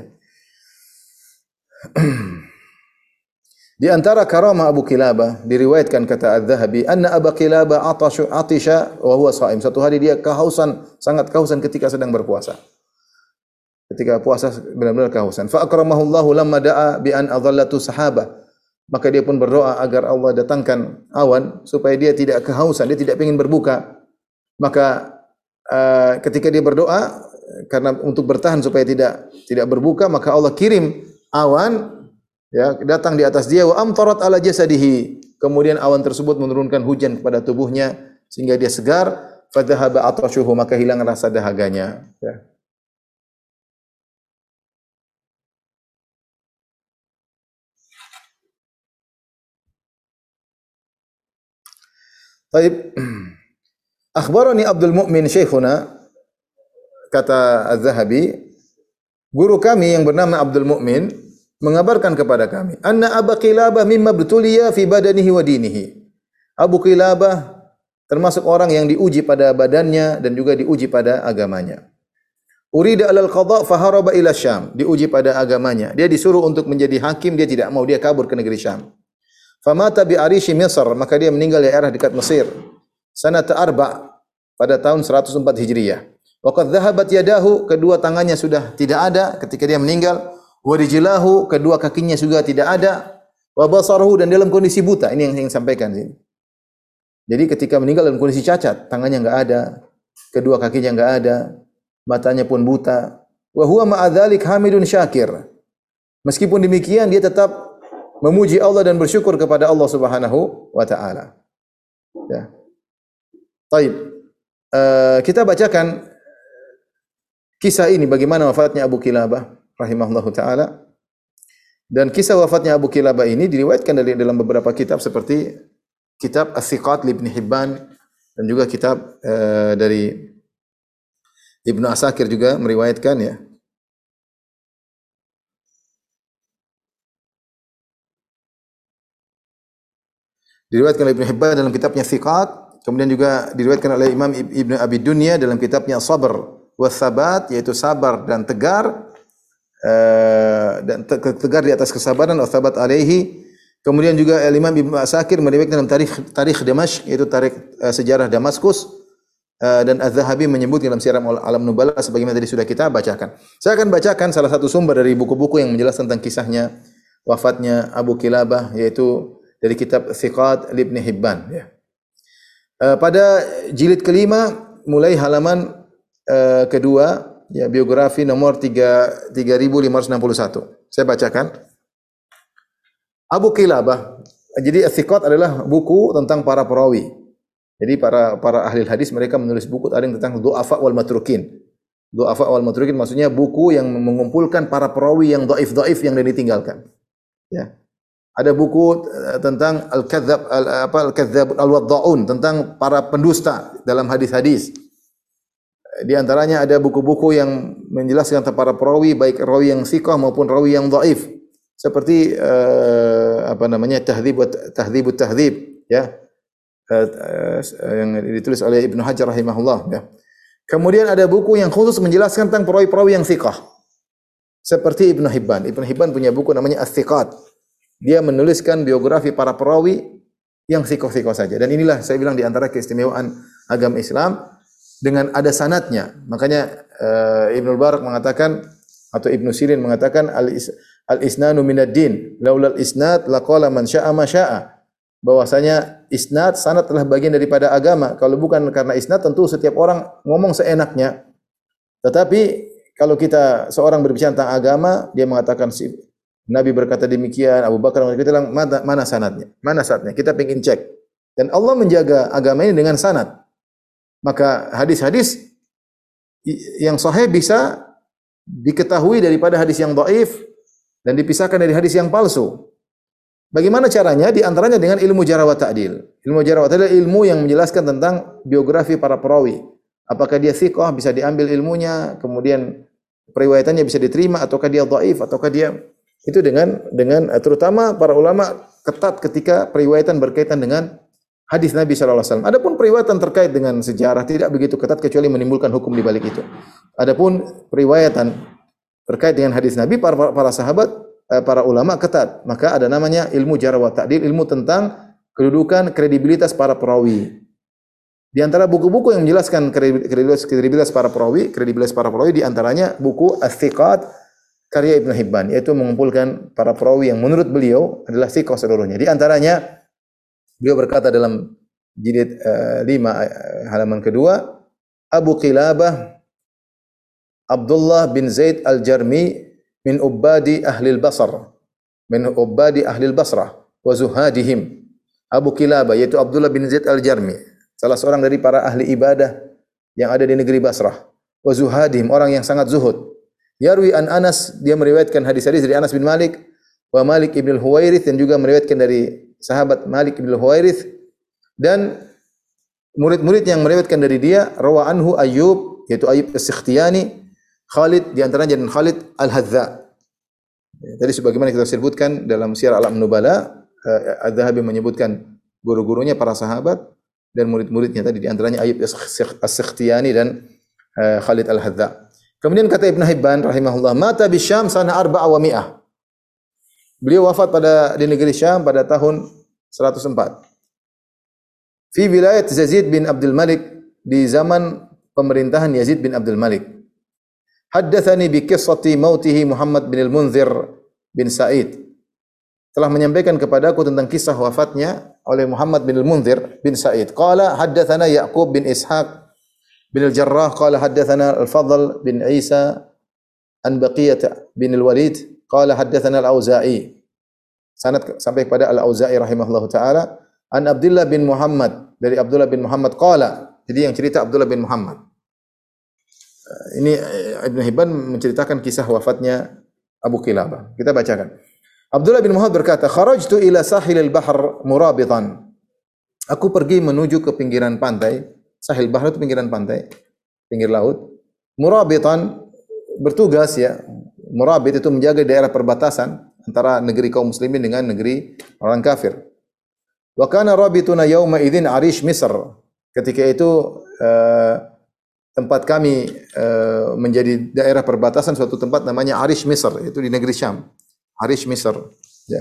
Di antara karamah Abu Qilabah diriwayatkan kata Az-Zahabi, anna Abu Qilabah atashu atisha wa huwa shaim. Suatu hari dia kehausan, sangat kehausan ketika sedang berpuasa. Ketika puasa benar-benar kehausan. Fa akramahullahu lamma da'a bi an adallatu sahabah. Maka dia pun berdoa agar Allah datangkan awan supaya dia tidak kehausan, dia tidak ingin berbuka. Maka uh, ketika dia berdoa karena untuk bertahan supaya tidak tidak berbuka, maka Allah kirim awan, ya, datang di atas dia, wa amtarat ala jasadihi. Kemudian awan tersebut menurunkan hujan kepada tubuhnya sehingga dia segar. Fadhahaba atashuhu, maka hilang rasa dahaganya, ya. Baik. Akhbarani Abdul Mu'min Syekhuna, kata Az-Zahabi, guru kami yang bernama Abdul Mu'min mengabarkan kepada kami, anna Abu Qilabah mimma btuliya fi badanihi wa dinihi. Abu Qilabah termasuk orang yang diuji pada badannya dan juga diuji pada agamanya. Urida alal qadha faharaba ila Syam, diuji pada agamanya. Dia disuruh untuk menjadi hakim, dia tidak mau, dia kabur ke negeri Syam. Famata bi arishi Misr, maka dia meninggal di daerah dekat Mesir. Sanata arba, pada tahun seratus empat Hijriah. Wa qad dhahabat yadahu, kedua tangannya sudah tidak ada ketika dia meninggal. Wa rijlahu, kedua kakinya juga tidak ada. Wa basaruhu, dan dalam kondisi buta. Ini yang saya ingin sampaikan sini. Jadi ketika meninggal dalam kondisi cacat, tangannya enggak ada, kedua kakinya enggak ada, matanya pun buta. Wa huwa ma'a dzalik hamidun syakir. Meskipun demikian dia tetap memuji Allah dan bersyukur kepada Allah Subhanahu wa taala. Ya. Baik. Uh, kita bacakan kisah ini bagaimana wafatnya Abu Qilabah rahimahullahu taala. Dan kisah wafatnya Abu Qilabah ini diriwayatkan dari dalam beberapa kitab seperti kitab As-Siqat li Ibnu Hibban dan juga kitab uh, dari Ibnu Asakir juga meriwayatkan, ya. Diriwayatkan oleh Ibnu Hibban dalam kitabnya Thiqat, kemudian juga diriwayatkan oleh Imam Ibnu Abi Dunya dalam kitabnya Sabr wa Tsabat, yaitu sabar dan tegar, uh, dan tegar di atas kesabaran, wa tsabat alaihi. Kemudian juga Imam Ibnu Asakir meriwayatkan dalam tarikh tarikh Damashq, yaitu tarikh uh, sejarah Damaskus, uh, dan Az-Zahabi menyebut dalam Syiar Alam Nubala sebagaimana tadi sudah kita bacakan. Saya akan bacakan salah satu sumber dari buku-buku yang menjelaskan tentang kisahnya wafatnya Abu Qilabah, yaitu dari kitab Thiqat li Ibnu Hibban, ya. Uh, pada jilid kelima mulai halaman uh, kedua, ya, biografi nomor tiga ribu lima ratus enam puluh satu. Saya bacakan. Abu Qilabah. Jadi Thiqat adalah buku tentang para perawi. Jadi para para ahli hadis mereka menulis buku ada yang tentang du'afa wal matrukin. Du'afa wal matrukin maksudnya buku yang mengumpulkan para perawi yang dhaif-dhaif yang ditinggalkan. Ya. Ada buku tentang al-kadzab apa al-kadzab al-wadda'un, tentang para pendusta dalam hadis-hadis. Di antaranya ada buku-buku yang menjelaskan tentang para perawi baik rawi yang thiqah maupun rawi yang dhaif. Seperti uh, apa namanya Tahdzib Tahdzibut Tahdzib, ya. Uh, uh, yang ditulis oleh Ibnu Hajar rahimahullah, ya. Kemudian ada buku yang khusus menjelaskan tentang perawi-perawi yang thiqah. Seperti Ibnu Hibban. Ibnu Hibban punya buku namanya As-Thiqat. Dia menuliskan biografi para perawi yang sikoh-sikoh saja. Dan inilah saya bilang di antara keistimewaan agama Islam dengan ada sanadnya. Makanya uh, Ibnu Barak mengatakan atau Ibnu Sirin mengatakan al-isnanu minad din. Laulal isnad laqala man syaa ma syaa. Bahwasanya isnad sanad adalah bagian daripada agama. Kalau bukan karena isnad tentu setiap orang ngomong seenaknya. Tetapi kalau kita seorang berbicara tentang agama, dia mengatakan si Nabi berkata demikian, Abu Bakar kita bilang mana, mana sanadnya? Mana sanadnya? Kita ingin cek. Dan Allah menjaga agama ini dengan sanad. Maka hadis-hadis yang sahih bisa diketahui daripada hadis yang dhaif dan dipisahkan dari hadis yang palsu. Bagaimana caranya? Di antaranya dengan ilmu jarh wa ta'dil. Ilmu jarh wa ta'dil adalah ilmu yang menjelaskan tentang biografi para perawi. Apakah dia thiqah, bisa diambil ilmunya, kemudian periwayatannya bisa diterima, ataukah dia dhaif, ataukah dia itu dengan dengan terutama para ulama ketat ketika periwayatan berkaitan dengan hadis Nabi sallallahu alaihi wasallam. Adapun periwayatan terkait dengan sejarah tidak begitu ketat kecuali menimbulkan hukum di balik itu. Adapun periwayatan terkait dengan hadis Nabi para, para sahabat, para ulama ketat. Maka ada namanya ilmu jarh wa ta'dil, ilmu tentang kedudukan kredibilitas para perawi. Di antara buku-buku yang menjelaskan kredibilitas, kredibilitas para perawi, kredibilitas para perawi di antaranya buku Ats-Tsiqat karya Ibnu Hibban, yaitu mengumpulkan para perawi yang menurut beliau adalah thiqah seluruhnya. Di antaranya beliau berkata dalam jilid uh, lima uh, halaman kedua, Abu Qilabah Abdullah bin Zaid al-Jarmi min ubadi ahli al-Basr, min ubadi ahli al-Basrah wa zuhadihim. Abu Qilabah yaitu Abdullah bin Zaid al-Jarmi, salah seorang dari para ahli ibadah yang ada di negeri Basrah. Wa zuhadihim, orang yang sangat zuhud. Yarwi an Anas, dia meriwayatkan hadis-hadis dari Anas bin Malik, wa Malik ibn al-Huwairits, dan juga meriwayatkan dari sahabat Malik ibn al-Huwairits, dan murid-murid yang meriwayatkan dari dia rawa anhu Ayyub, yaitu Ayyub as-Sikhtiyani, Khalid di antaranya dan Khalid al-Hadza. Tadi sebagaimana kita sebutkan dalam Syiar A'lam Nubala, Az-Zahabi menyebutkan guru-gurunya para sahabat dan murid-muridnya tadi di antaranya Ayyub as-Sikhtiyani dan Khalid al-Hadza. Kemudian kata Ibn Hibban rahimahullah, mata bi Syam sana arba'a wa mi'ah. Beliau wafat pada di negeri Syam pada tahun seratus empat. Fi wilayat Yazid bin Abdul Malik, di zaman pemerintahan Yazid bin Abdul Malik. Haddatsani bi qissati mautihi Muhammad bin al-Munzir bin Sa'id. Telah menyampaikan kepadaku tentang kisah wafatnya oleh Muhammad bin al-Munzir bin Sa'id. Qala haddatsana Ya'qub bin Ishaq bin al-Jarrah qala haddatsana al-Fadl bin Isa an Baqiyah bin al-Walid qala haddatsana al-Auza'i. Sanad sampai kepada al-Auza'i rahimahullahu taala an Abdullah bin Muhammad, dari Abdullah bin Muhammad qala. Jadi yang cerita Abdullah bin Muhammad. Ini Ibnu Hibban menceritakan kisah wafatnya Abu Qilabah. Kita bacakan. Abdullah bin Muhammad berkata, "Kharajtu ila sahilil bahr murabitan." Aku pergi menuju ke pinggiran pantai. Sahil bahr itu pinggiran pantai, pinggir laut. Murabitan, bertugas ya. Murabit itu menjaga daerah perbatasan antara negeri kaum muslimin dengan negeri orang kafir. Wa kana rabituna yauma idzin Arish Misr. Ketika itu uh, tempat kami uh, menjadi daerah perbatasan suatu tempat namanya Arish Misr, itu di negeri Syam. Arish Misr. Ya.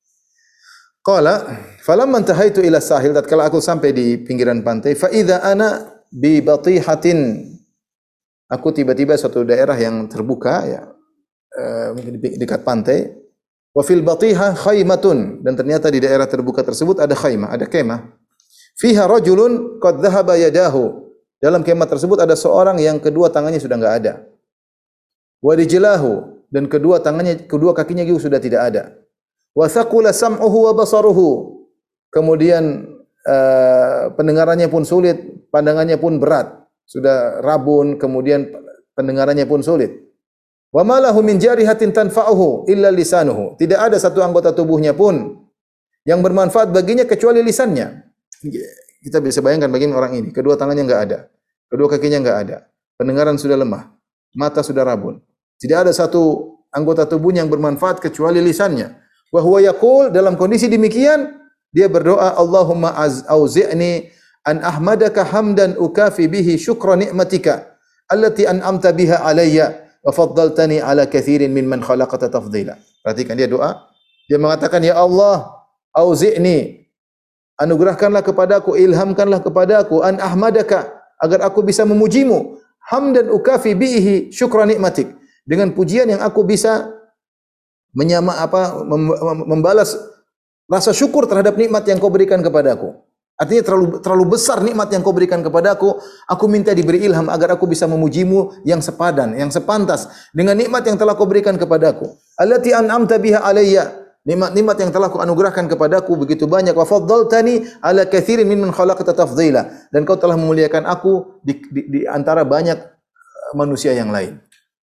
Qala falamma intahaitu ila sahil, tatkala aku sampai di pinggiran pantai, fa idza ana bi batihatin, aku tiba-tiba suatu daerah yang terbuka ya, uh, mungkin di dekat pantai. Wa fil batiha khaymatun, dan ternyata di daerah terbuka tersebut ada khaymah, ada kemah. Fiha rajulun qad dhahaba yadahu, dalam kemah tersebut ada seorang yang kedua tangannya sudah enggak ada. Wa rijlahu, dan kedua tangannya, kedua kakinya juga sudah tidak ada. Wa thaqula sam'uhu wa basaruhu, kemudian uh, pendengarannya pun sulit, pandangannya pun berat, sudah rabun, kemudian pendengarannya pun sulit. Wa ma lahu min jarihatin tanfa'uhu illa lisanuhu, tidak ada satu anggota tubuhnya pun yang bermanfaat baginya kecuali lisannya. Kita bisa bayangkan bagaimana orang ini, kedua tangannya enggak ada, kedua kakinya enggak ada, pendengaran sudah lemah, mata sudah rabun. Tidak ada satu anggota tubuhnya yang bermanfaat kecuali lisannya. Wa huwa yaqul, dalam kondisi demikian dia berdoa, Allahumma auzi'ni an ahmadaka hamdan ukafi bihi syukra ni'matika allati an'amta biha alayya wa faddaltani ala katsirin mimman khalaqta tafdila. Perhatikan dia doa, dia mengatakan, ya Allah, auzi'ni, anugerahkanlah kepadaku, ilhamkanlah kepadaku an ahmadaka, agar aku bisa memujimu, hamdan ukafi bihi syukra nikmatik, dengan pujian yang aku bisa menyama apa membalas rasa syukur terhadap nikmat yang kau berikan kepadaku. Artinya terlalu terlalu besar nikmat yang kau berikan kepadaku, aku minta diberi ilham agar aku bisa memujimu yang sepadan, yang sepantas dengan nikmat yang telah kau berikan kepadaku. Allati an'amta biha alayya, nikmat-nikmat yang telah kau anugerahkan kepadaku begitu banyak. Wa faddaltani ala katsirin mimman khalaqta tafdhila, dan kau telah memuliakan aku di, di, di antara banyak manusia yang lain.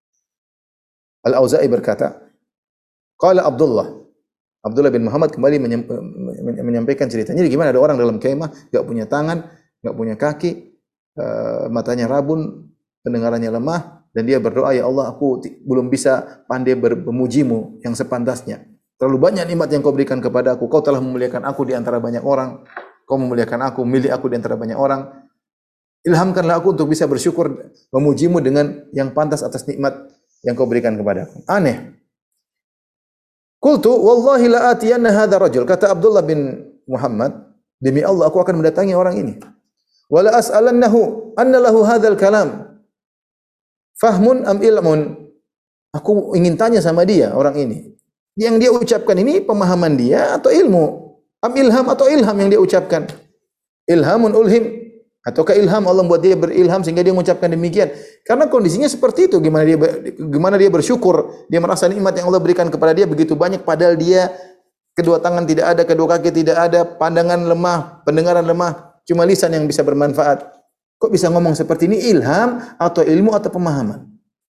Al-Auza'i berkata, qala Abdullah Abdullah bin Muhammad kembali menyampaikan ceritanya. Jadi gimana ada orang dalam kemah, enggak punya tangan, enggak punya kaki, uh, matanya rabun, pendengarannya lemah, dan dia berdoa, ya Allah, aku belum bisa pandai memujimu yang sepantasnya. Terlalu banyak nikmat yang kau berikan kepada aku. Kau telah memuliakan aku di antara banyak orang. Kau memuliakan aku, milih aku di antara banyak orang. Ilhamkanlah aku untuk bisa bersyukur memujimu dengan yang pantas atas nikmat yang kau berikan kepada aku. Aneh. Qultu wallahi la atiyanna hadha rajul, kata Abdullah bin Muhammad, demi Allah aku akan mendatangi orang ini. Wala as'alannahu anna lahu hadzal kalam fahmun am ilmun. Aku ingin tanya sama dia, orang ini. Yang dia ucapkan ini pemahaman dia atau ilmu? Am ilham atau ilham yang dia ucapkan? Ilhamun ulhim, ataukah ilham Allah buat dia berilham sehingga dia mengucapkan demikian? Karena kondisinya seperti itu. Gimana dia gimana dia bersyukur? Dia merasa nikmat yang Allah berikan kepada dia begitu banyak, padahal dia kedua tangan tidak ada, kedua kaki tidak ada, pandangan lemah, pendengaran lemah, cuma lisan yang bisa bermanfaat. Kok bisa ngomong seperti ini? Ilham atau ilmu atau pemahaman?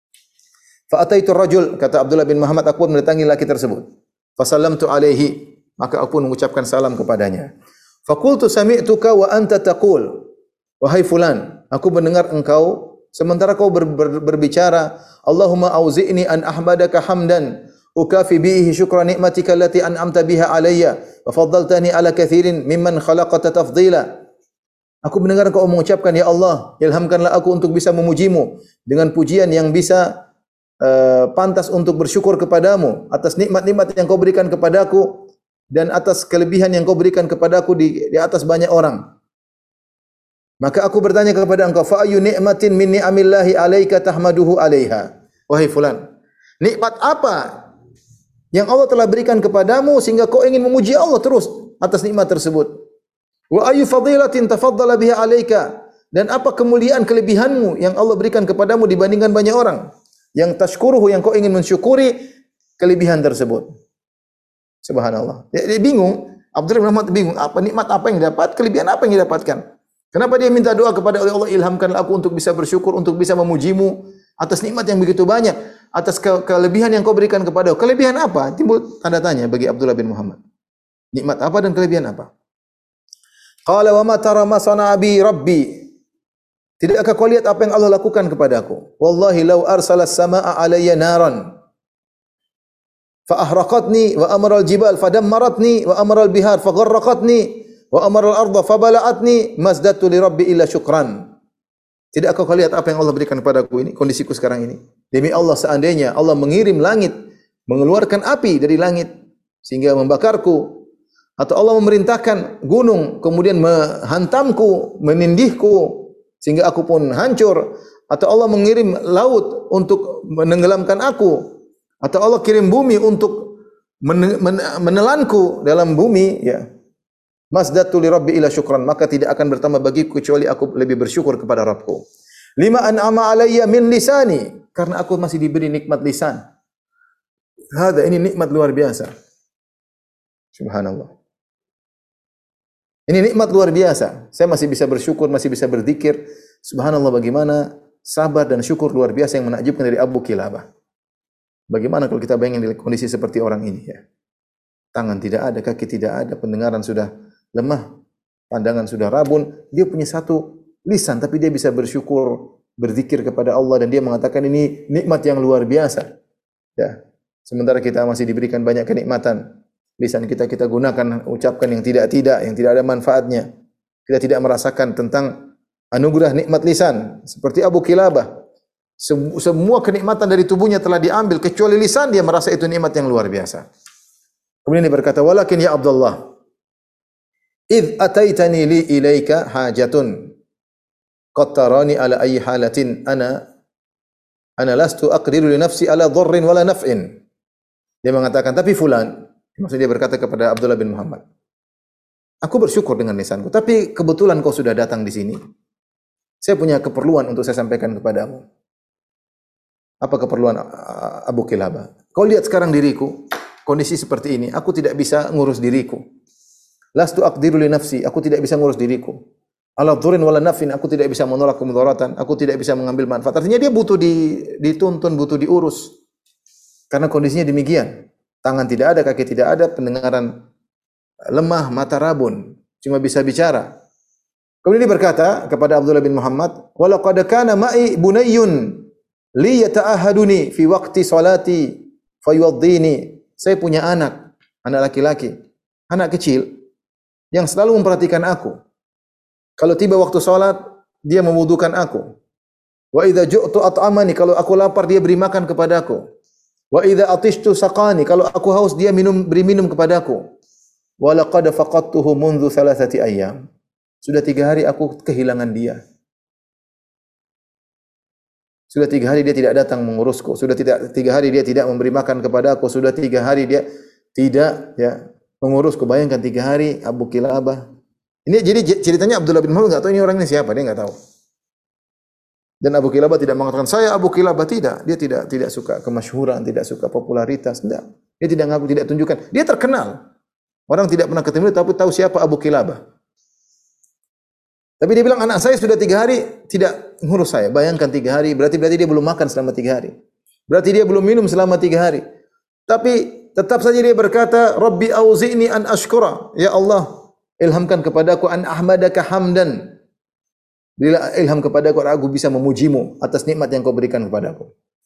Fa ataitu rajul, kata Abdullah bin Muhammad, aku pun mendatangi laki tersebut. Fa sallamtu alaihi, maka aku pun mengucapkan salam kepadanya. Fa qultu sami'tuka wa anta taqul, wahai fulan, aku mendengar engkau sementara kau ber, ber, berbicara, Allahumma auzi'ni an ahmadaka hamdan ukafi bihi syukra ni'matika allati an'amta biha alayya wa faddaltani ala katsirin mimman khalaqta tafdhila. Aku mendengar engkau mengucapkan, ya Allah, ilhamkanlah aku untuk bisa memujimu dengan pujian yang bisa uh, pantas untuk bersyukur kepadamu atas nikmat-nikmat yang kau berikan kepadaku dan atas kelebihan yang kau berikan kepadaku di, di atas banyak orang. Maka aku bertanya kepada engkau, fa ayu ni'matin min ni'amillahi 'alaika tahmaduhu 'alaiha. Wahai fulan, nikmat apa yang Allah telah berikan kepadamu sehingga kau ingin memuji Allah terus atas nikmat tersebut? Wa ayu fadilatin tafaddala biha 'alaika, dan apa kemuliaan kelebihanmu yang Allah berikan kepadamu dibandingkan banyak orang? Yang tashkuruhu, yang kau ingin mensyukuri kelebihan tersebut. Subhanallah. Dia, dia bingung, Abdullah bin Muhammad bingung, apa nikmat apa yang didapat, kelebihan apa yang didapatkan? Kenapa dia minta doa kepada Allah, ilhamkanlah aku untuk bisa bersyukur, untuk bisa memujimu atas nikmat yang begitu banyak, atas ke kelebihan yang kau berikan kepada aku. Kelebihan apa? Timbul tanda tanya bagi Abdullah bin Muhammad. Nikmat apa dan kelebihan apa? Qala wa ma tara ma sana'a bi rabbi. Tidakkah kau lihat apa yang Allah lakukan kepadaku? Wallahi law arsala as-samaa'a 'alayya naran fa ahraqatni wa amara al-jibal fadammaratni wa amara al-bihar fagharraqatni wa amara al-ardha fabala'atni mazdatu li rabbi illa syukran. Tidakkah kau lihat apa yang Allah berikan kepadaku ini, kondisiku sekarang ini? Demi Allah, seandainya Allah mengirim langit, mengeluarkan api dari langit sehingga membakarku, atau Allah memerintahkan gunung kemudian menghantamku, menindihku sehingga aku pun hancur, atau Allah mengirim laut untuk menenggelamkan aku, atau Allah kirim bumi untuk menelanku dalam bumi, ya. Masdatu li rabbi ila syukran, maka tidak akan bertambah bagiku kecuali aku lebih bersyukur kepada Rabbku. Lima an'ama alayya min lisani, karena aku masih diberi nikmat lisan. Hada, ini nikmat luar biasa. Subhanallah. Ini nikmat luar biasa. Saya masih bisa bersyukur, masih bisa berzikir. Subhanallah, bagaimana sabar dan syukur luar biasa yang menakjubkan dari Abu Kilabah. Bagaimana kalau kita bayangin di kondisi seperti orang ini, ya. Tangan tidak ada, kaki tidak ada, pendengaran sudah lemah, pandangan sudah rabun, dia punya satu lisan tapi dia bisa bersyukur, berzikir kepada Allah, dan dia mengatakan ini nikmat yang luar biasa. Ya. Sementara kita masih diberikan banyak kenikmatan, lisan kita kita gunakan ucapkan yang tidak-tidak, yang tidak ada manfaatnya. Kita tidak merasakan tentang anugerah nikmat lisan. Seperti Abu Kilabah, semua kenikmatan dari tubuhnya telah diambil kecuali lisan, dia merasa itu nikmat yang luar biasa. Kemudian dia berkata, walakin ya Abdullah, Idh ataitani li ilaika hajatun qad tarani ala ayyi halatin ana ana lastu aqdiru li nafsi ala dharrin wala naf'in. Dia mengatakan, tapi fulan, maksudnya dia berkata kepada Abdullah bin Muhammad, aku bersyukur dengan lisanku, tapi kebetulan kau sudah datang di sini. Saya punya keperluan untuk saya sampaikan kepadamu. Apa keperluan Abu Kilabah? Kau lihat sekarang diriku, kondisi seperti ini, aku tidak bisa ngurus diriku. Lastu aqdiru li nafsi, aku tidak bisa ngurus diriku. Ala dhurin wala nafin, aku tidak bisa menolak kemudaratan, aku tidak bisa mengambil manfaat. Artinya dia butuh di, dituntun, butuh diurus. Karena kondisinya demikian. Tangan tidak ada, kaki tidak ada, pendengaran lemah, mata rabun, cuma bisa bicara. Kemudian dia berkata kepada Abdullah bin Muhammad, "Wa laqad kana ma'i bunayyun li yata'ahaduni fi waqti salati fayuwaddini." Saya punya anak, anak laki-laki, anak kecil yang selalu memperhatikan aku. Kalau tiba waktu salat, dia memwudukan aku. Wa idza ju'tu at'amani, kalau aku lapar dia beri makan kepadaku. Wa idza atishtu saqani, kalau aku haus dia minum beri minum kepadaku. Wa laqad faqadtuhu mundzu thalathati ayyam. Sudah tiga hari aku kehilangan dia. Sudah tiga hari dia tidak datang mengurusku. Sudah tidak tiga hari dia tidak memberi makan kepadaku. Sudah tiga hari dia tidak ya mengurusku. Bayangkan tiga hari Abu Kilabah. Ini jadi ceritanya Abdullah bin Muhammad enggak tahu ini orang ini siapa, dia enggak tahu. Dan Abu Kilabah tidak mengatakan saya Abu Kilabah, tidak. Dia tidak tidak suka kemasyhuran, tidak suka popularitas, tidak. Dia tidak ngaku, tidak tunjukkan. Dia terkenal. Orang tidak pernah ketemu tapi tahu siapa Abu Kilabah. Tapi dia bilang anak saya sudah tiga hari tidak ngurus saya. Bayangkan tiga hari, berarti berarti dia belum makan selama tiga hari. Berarti dia belum minum selama tiga hari. Tapi tetap saja dia berkata, Rabbi auzi'ni an ashkura. Ya Allah, ilhamkan kepadaku an ahmadaka hamdan. Bila ilham kepadaku aku bisa memujimu atas nikmat yang kau berikan kepadaku.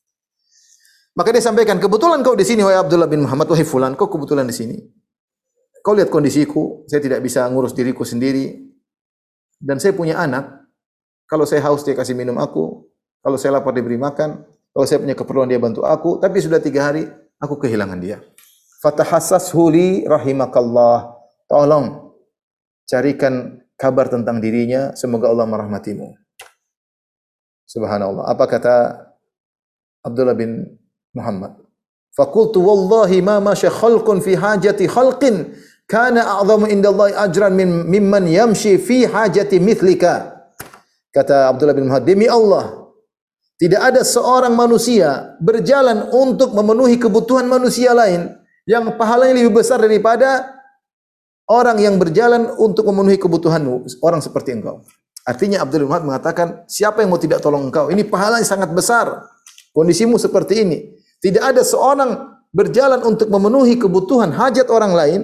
Maka dia sampaikan, kebetulan kau di sini wahai Abdullah bin Muhammad, wahai fulan, kau kebetulan di sini. Kau lihat kondisiku, saya tidak bisa ngurus diriku sendiri. Dan saya punya anak, kalau saya haus dia kasih minum aku, kalau saya lapar dia beri makan, kalau saya punya keperluan dia bantu aku, tapi sudah tiga hari aku kehilangan dia. Fatahassashu li rahimakallah. Tolong carikan kabar tentang dirinya, semoga Allah merahmatimu. Subhanallah. Apa kata Abdullah bin Muhammad? Faqultu wallahi ma masya khalqun fi hajati khalqin kana a'zamu indallahi ajran min mimman yamshi fi hajati mithlika. Kata Abdullah bin Muhammad, demi Allah, tidak ada seorang manusia berjalan untuk memenuhi kebutuhan manusia lain yang pahalanya lebih besar daripada orang yang berjalan untuk memenuhi kebutuhanmu, orang seperti engkau. Artinya Abdullah bin Muhammad mengatakan, siapa yang mau tidak tolong engkau? Ini pahalanya sangat besar. Kondisimu seperti ini. Tidak ada seorang berjalan untuk memenuhi kebutuhan hajat orang lain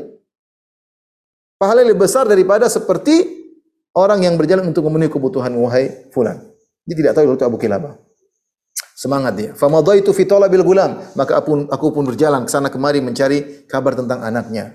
pahala lebih besar daripada seperti orang yang berjalan untuk memenuhi kebutuhan wahai fulan. Dia tidak tahu itu Abu Kilabah. Semangat dia. Famadaitu fi talabil gulam, maka aku, aku pun berjalan ke sana kemari mencari kabar tentang anaknya.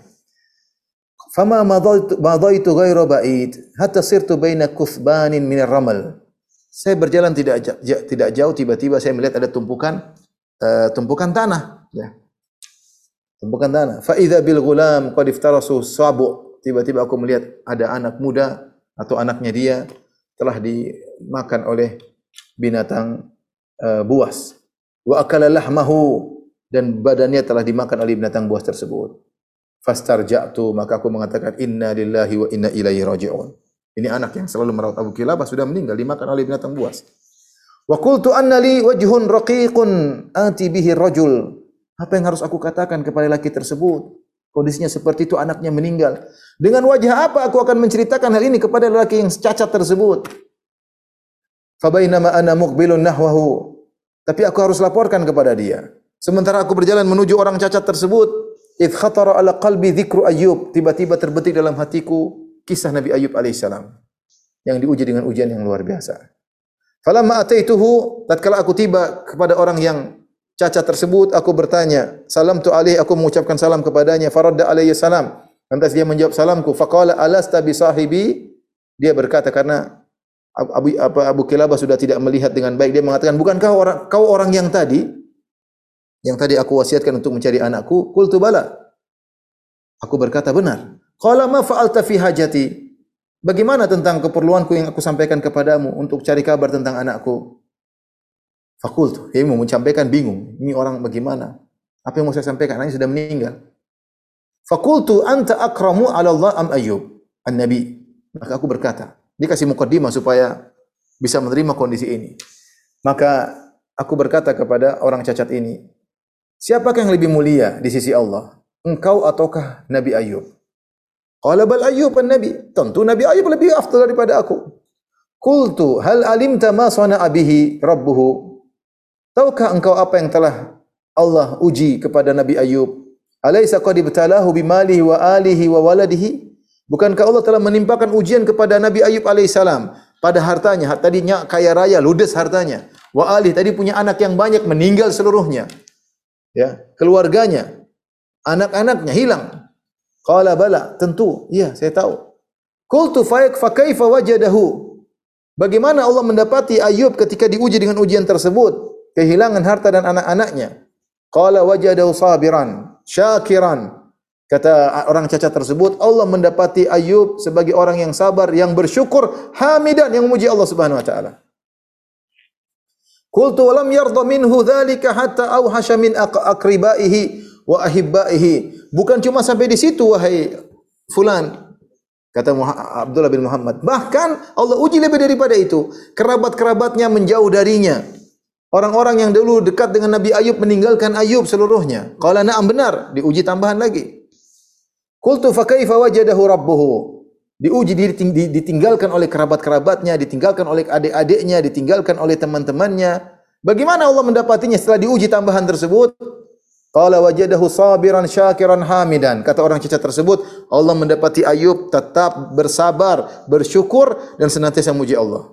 Fama madaitu madaitu ghairu ba'id hatta sirtu baina kuthbanin min ar-ramal. Saya berjalan tidak tidak jauh, tiba-tiba saya melihat ada tumpukan uh, tumpukan tanah, ya. Tumpukan tanah. Fa idza bil gulam qad iftarasu sabu. Tiba-tiba aku melihat ada anak muda atau anaknya dia telah dimakan oleh binatang uh, buas. Wa akala lahmahu, dan badannya telah dimakan oleh binatang buas tersebut. Fastarja'tu, maka aku mengatakan inna lillahi wa inna ilaihi raji'un. Ini anak yang selalu merawat Abu Kilabah sudah meninggal dimakan oleh binatang buas. Wa qultu anna li wajhun raqiqun ati bihi rajul. Apa yang harus aku katakan kepada laki tersebut? Kondisinya seperti itu, anaknya meninggal. Dengan wajah apa aku akan menceritakan hal ini kepada lelaki yang cacat tersebut? Fabainama ana muqbilun nahwahu. Tapi aku harus laporkan kepada dia. Sementara aku berjalan menuju orang cacat tersebut, idh khatara ala qalbi dzikru Ayyub. Tiba-tiba terbetik dalam hatiku kisah Nabi Ayyub alaihissalam yang diuji dengan ujian yang luar biasa. Falamma ataituhu, tatkala aku tiba kepada orang yang cacat tersebut, aku bertanya, salam tu alaihi, aku mengucapkan salam kepadanya, faradda alaihi salam. Lantas dia menjawab salamku, faqala alasta bi sahibi. Dia berkata, karena Abu apa Abu Kilabah sudah tidak melihat dengan baik, dia mengatakan, bukankah orang kau orang yang tadi yang tadi aku wasiatkan untuk mencari anakku? Qultu bala. Aku berkata benar. Qala ma fa'alta fi hajati? Bagaimana tentang keperluanku yang aku sampaikan kepadamu untuk cari kabar tentang anakku? Fakultu, dia mau menyampaikan bingung. Ini orang bagaimana? Apa yang mau saya sampaikan? Anaknya sudah meninggal. Fakultu anta akramu ala Allah am Ayyub? An-Nabi. Maka aku berkata, dia kasih mukaddimah supaya bisa menerima kondisi ini. Maka aku berkata kepada orang cacat ini, siapakah yang lebih mulia di sisi Allah? Engkau ataukah Nabi Ayyub? Qala bal Ayyub an-Nabi. Tentu Nabi Ayyub lebih afdal daripada aku. Qultu hal alimta ma sana'a bihi rabbuhu? Tahukah engkau apa yang telah Allah uji kepada Nabi Ayyub? Alaysa qad ibtalahu bimalihi wa alihi wa waladihi? Bukankah Allah telah menimpakan ujian kepada Nabi Ayyub alaihissalam pada hartanya? Tadinya kaya raya, ludes hartanya. Wa alihi, tadi punya anak yang banyak, meninggal seluruhnya. Ya, keluarganya, anak-anaknya hilang. Qala bala, tentu, iya saya tahu. Qultu fa kaifa wajadahu? Bagaimana Allah mendapati Ayub ketika diuji dengan ujian tersebut? Kehilangan harta dan anak-anaknya. Qala wajadahu sabiran, syakiran. Kata orang cacat tersebut, Allah mendapati Ayub sebagai orang yang sabar, yang bersyukur, hamidan, yang memuji Allah Subhanahu wa taala. Qultu wa lam yarda minhu dzalika hatta awhasha min aqribaihi wa ahibbaihi. Bukan cuma sampai di situ wahai fulan, kata Abdullah bin Muhammad. Bahkan Allah uji lebih daripada itu. Kerabat-kerabatnya menjauh darinya. Orang-orang yang dulu dekat dengan Nabi Ayub meninggalkan Ayub seluruhnya. Qala na'am, benar, diuji tambahan lagi. Qultu fa kaifa wajadahu rabbuhu? Diuji, ditinggalkan oleh kerabat-kerabatnya, ditinggalkan oleh adik-adiknya, ditinggalkan oleh teman-temannya. Bagaimana Allah mendapatinya setelah diuji tambahan tersebut? Qala wajadahu sabiran syakiran hamidan. Kata orang cacat tersebut, Allah mendapati Ayub tetap bersabar, bersyukur dan senantiasa memuji Allah.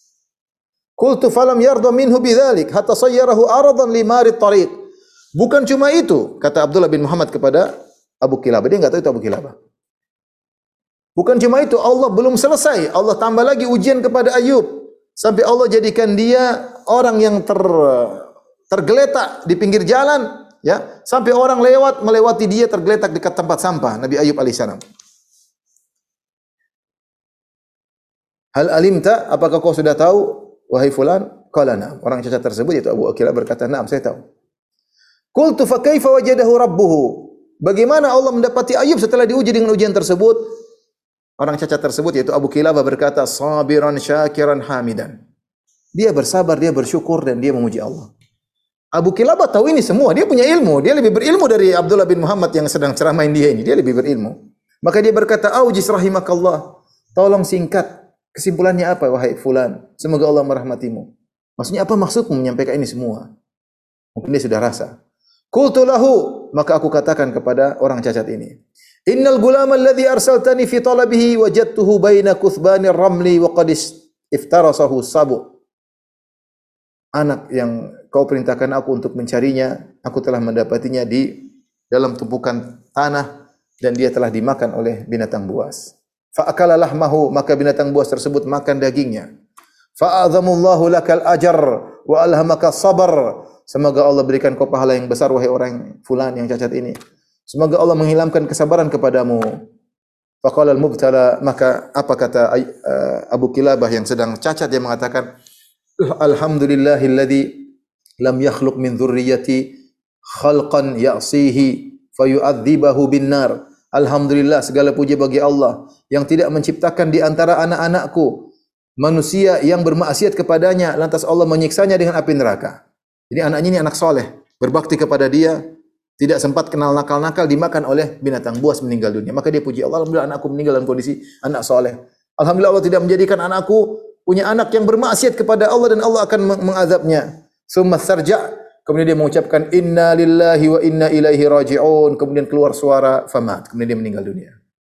Qultu falam yarda minhu bidzalik hatta sayyarahu aradan limarit tariq. Bukan cuma itu, kata Abdullah bin Muhammad kepada Abu Kilabah. Dia enggak tahu itu Abu Kilabah. Bukan cuma itu, Allah belum selesai. Allah tambah lagi ujian kepada Ayub sampai Allah jadikan dia orang yang ter tergeletak di pinggir jalan, ya, sampai orang lewat melewati dia tergeletak dekat tempat sampah Nabi Ayub alaihissalam. Hal alimta, apakah kau sudah tahu wahai fulan? Qala na'am. Orang cacat tersebut yaitu Abu Kilabah berkata, "Na'am, saya tahu." Qultu fa kaifa wajadahu rabbuhu? Bagaimana Allah mendapati Ayub setelah diuji dengan ujian tersebut? Orang cacat tersebut yaitu Abu Kilabah berkata, "Sabiran syakiran hamidan." Dia bersabar, dia bersyukur dan dia memuji Allah. Abu Kilabah tahu ini semua, dia punya ilmu, dia lebih berilmu dari Abdullah bin Muhammad yang sedang ceramain dia ini, dia lebih berilmu. Maka dia berkata, "Aujis rahimakallah." Tolong singkat, kesimpulannya apa wahai fulan? Semoga Allah merahmatimu. Maksudnya apa maksudmu menyampaikan ini semua? Mungkin dia sudah rasa. Qultu lahu, maka aku katakan kepada orang cacat ini, "Innal gulama alladhi arsaltani fi talabihi wajadtuhu baina kuthbanir ramli wa qad iftarasahu sabu." Anak yang kau perintahkan aku untuk mencarinya, aku telah mendapatinya di dalam tumpukan tanah dan dia telah dimakan oleh binatang buas. Fa akala lahmahu, maka binatang buas tersebut makan dagingnya. Fa a'zamullahu lakal ajr wa alhamaka sabar. Semoga Allah berikan kau pahala yang besar wahai orang fulan yang cacat ini. Semoga Allah menghilangkan kesabaran kepadamu. Faqala al-mubtala, maka apa kata uh, Abu Kilabah yang sedang cacat, dia mengatakan, "Alhamdulillahilladzi lam yakhluq min dzurriyyati khalqan ya'sihi fayu'adzibahu bin-nar." Alhamdulillah, segala puji bagi Allah yang tidak menciptakan di antara anak-anakku manusia yang bermaksiat kepadanya lantas Allah menyiksanya dengan api neraka. Jadi anaknya ini anak soleh, berbakti kepada dia, tidak sempat kenal nakal-nakal, dimakan oleh binatang buas, meninggal dunia. Maka dia puji Allah, alhamdulillah anakku meninggal dalam kondisi anak soleh. Alhamdulillah Allah tidak menjadikan anakku punya anak yang bermaksiat kepada Allah dan Allah akan mengazabnya. Summa sarja', kemudian dia mengucapkan inna lillahi wa inna ilaihi raji'un, kemudian keluar suara famat, kemudian dia meninggal dunia.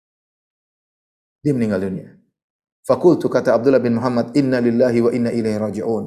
Dia meninggal dunia. Fakultu, kata Abdullah bin Muhammad, inna lillahi wa inna ilaihi raji'un.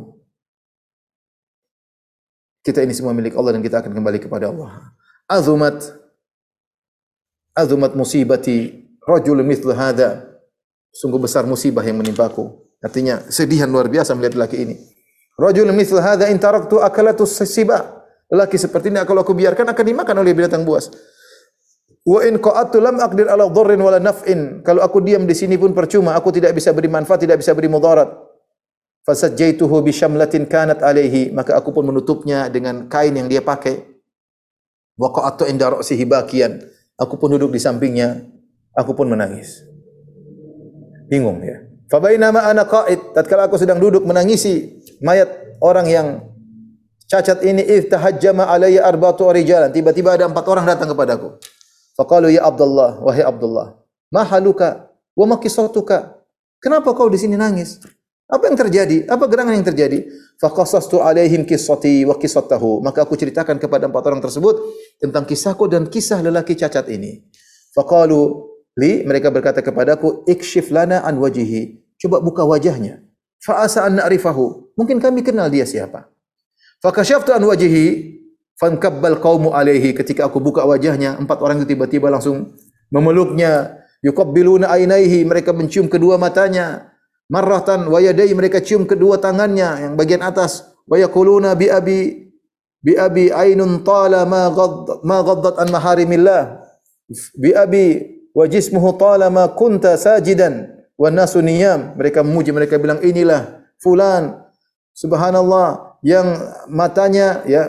Kita ini semua milik Allah dan kita akan kembali kepada Allah. Azumat azumat musibati rajul mithlu hadha. Sungguh besar musibah yang menimpaku. Artinya sedihan luar biasa melihat laki ini. Rajul mithlu hadha in taraktu akalatu siba. Lelaki seperti ini kalau aku biarkan akan dimakan oleh binatang buas. Wa in qa'adtu lam aqdir ala dharrin wala naf'in. Kalau aku diam di sini pun percuma, aku tidak bisa beri manfaat, tidak bisa beri mudarat. Fasajjaituhu bi syamlatin kanat alaihi, maka aku pun menutupnya dengan kain yang dia pakai. Wa qa'adtu inda ra'sihi bakiyan. Aku pun duduk di sampingnya, aku pun menangis. Bingung ya. Fa bainama ana qa'id, tatkala aku sedang duduk menangisi mayat orang yang cacat ini, iftahajjama alayya arba'atu rijalan. Tiba-tiba ada empat orang datang kepadaku. Faqalu ya Abdullah, wahai Abdullah, ma haluka wa ma qissatuka? Kenapa kau di sini nangis? Apa yang terjadi? Apa gerangan yang terjadi? Faqasastu alaihim qissati wa qissatahu. Maka aku ceritakan kepada empat orang tersebut tentang kisahku dan kisah lelaki cacat ini. Faqalu li, mereka berkata kepadaku, ikshif lana an wajhihi. Coba buka wajahnya. Fa asa an na'rifahu. Mungkin kami kenal dia siapa. Fakashaftu an wajhihi fankabbal qaumu alaihi. Ketika aku buka wajahnya, empat orang itu tiba-tiba langsung memeluknya. Yuqabbiluna ainaihi, mereka mencium kedua matanya. Marratan wa yadayhi, mereka cium kedua tangannya yang bagian atas. Wa yaquluna bi abi bi abi ainun tala ma ghadd ma ghaddat an maharimillah. Bi abi wa jismuhu tala ma kunta sajidan wa nasu niyam. Mereka memuji, mereka bilang inilah fulan, subhanallah, yang matanya ya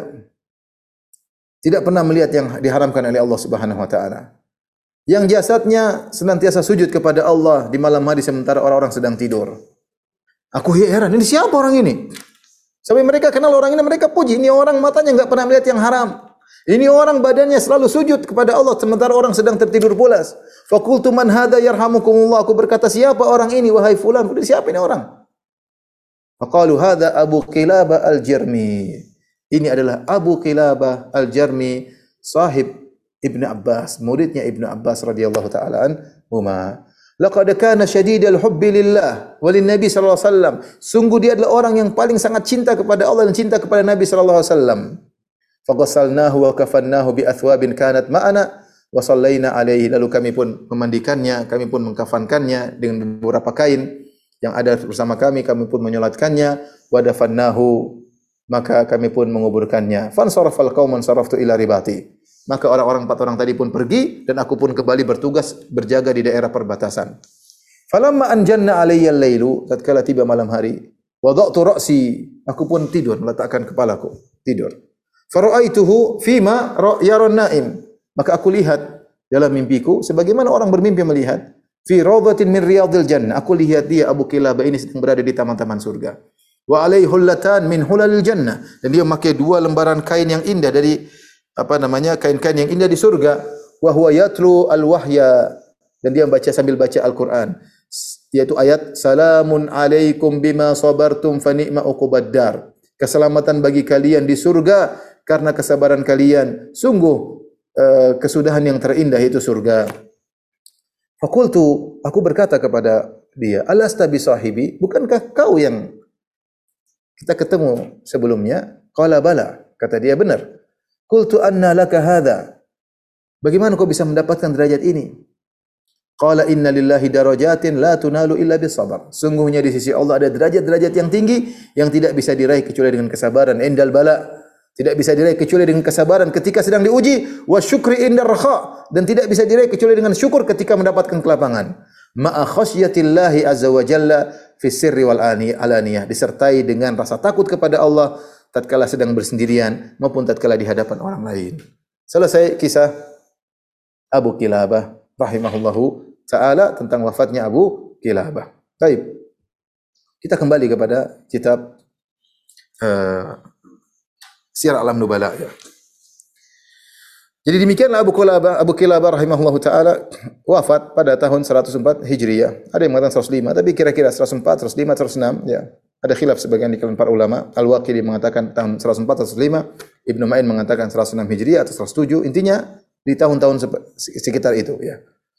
tidak pernah melihat yang diharamkan oleh Allah Subhanahu wa taala. Yang jasadnya senantiasa sujud kepada Allah di malam hari sementara orang-orang sedang tidur. Aku heran, ini siapa orang ini? Sampai mereka kenal orang ini, mereka puji. Ini orang matanya enggak pernah melihat yang haram. Ini orang badannya selalu sujud kepada Allah sementara orang sedang tertidur pulas. Faqultu man hadza yarhamukumullah. Aku berkata, siapa orang ini wahai fulan? Siapa ini orang? Faqalu hadza Abu Qilabah al-Jarmi. Ini adalah Abu Qilabah al-Jarmi, sahib Ibnu Abbas, muridnya Ibnu Abbas radhiyallahu taala anhuma. Laqad kana syadidal hubbi lillah wa lin nabi sallallahu alaihi wasallam. Sungguh dia adalah orang yang paling sangat cinta kepada Allah dan cinta kepada Nabi sallallahu alaihi wasallam. Faghasalnahu wa kafannahu bi athwabin kanat ma'ana wa sallaina alaihi. Lalu kami pun memandikannya, kami pun mengkafankannya dengan beberapa kain yang ada bersama kami, kami pun menyolatkannya. Wa dafannahu, maka kami pun menguburkannya. Fansarafal qauman saraftu ila ribati. Maka orang-orang empat orang tadi pun pergi dan aku pun kembali bertugas berjaga di daerah perbatasan. Falamma anjanna alayya al-lailu, tatkala tiba malam hari, wada'tu ra'si, aku pun tidur meletakkan kepalaku, tidur. Fara'aituhu fima yaron naim, maka aku lihat dalam mimpiku sebagaimana orang bermimpi melihat, fi rawdatin min riyadil jannah, aku lihat dia Abu Qilabah ini sedang berada di taman-taman surga. Wa alaihi hullatan min hulalil jannah, dan dia memakai dua lembaran kain yang indah dari apa namanya kain-kain yang indah di surga. Wa huwa yatlu al-wahya, dan dia membaca sambil baca Al-Qur'an, yaitu ayat salamun alaikum bima sabartum fa ni'ma uqubad-dar. Keselamatan bagi kalian di surga karena kesabaran kalian, sungguh uh, kesudahan yang terindah itu surga. Fakultu, aku berkata kepada dia, alasta bi sahibi, bukankah kau yang kita ketemu sebelumnya? Qala bala, kata dia benar. Qultu anna laka hadha, bagaimana kau bisa mendapatkan derajat ini? Qala inna lillahi darajatin la tunalu illa bisabar. Sungguhnya di sisi Allah ada derajat-derajat yang tinggi yang tidak bisa diraih kecuali dengan kesabaran. Indal bala, tidak bisa diraih kecuali dengan kesabaran ketika sedang diuji. Wa syukri indar rakha, dan tidak bisa diraih kecuali dengan syukur ketika mendapatkan kelapangan. Ma'a khasyatillahi azza wa jalla fi sirri wal alaniyah, disertai dengan rasa takut kepada Allah tatkala sedang bersendirian maupun tatkala di hadapan orang lain. Selesai kisah Abu Qilabah rahimahullahu taala tentang wafatnya Abu Qilabah. Baik. Kita kembali kepada kitab uh, Syiar A'lam Nubala ya. Jadi demikianlah Abu Qilabah Abu Qilabah rahimahullahu taala wafat pada tahun seratus empat Hijriah. Ada yang mengatakan seratus lima, tapi kira-kira seratus empat, seratus lima, seratus enam ya. Ada khilaf sebagian di kalangan para ulama. Al-Waqidi mengatakan tahun seratus empat, seratus lima, Ibnu Ma'in mengatakan seratus enam Hijriah atau seratus tujuh. Intinya di tahun-tahun sekitar itu ya.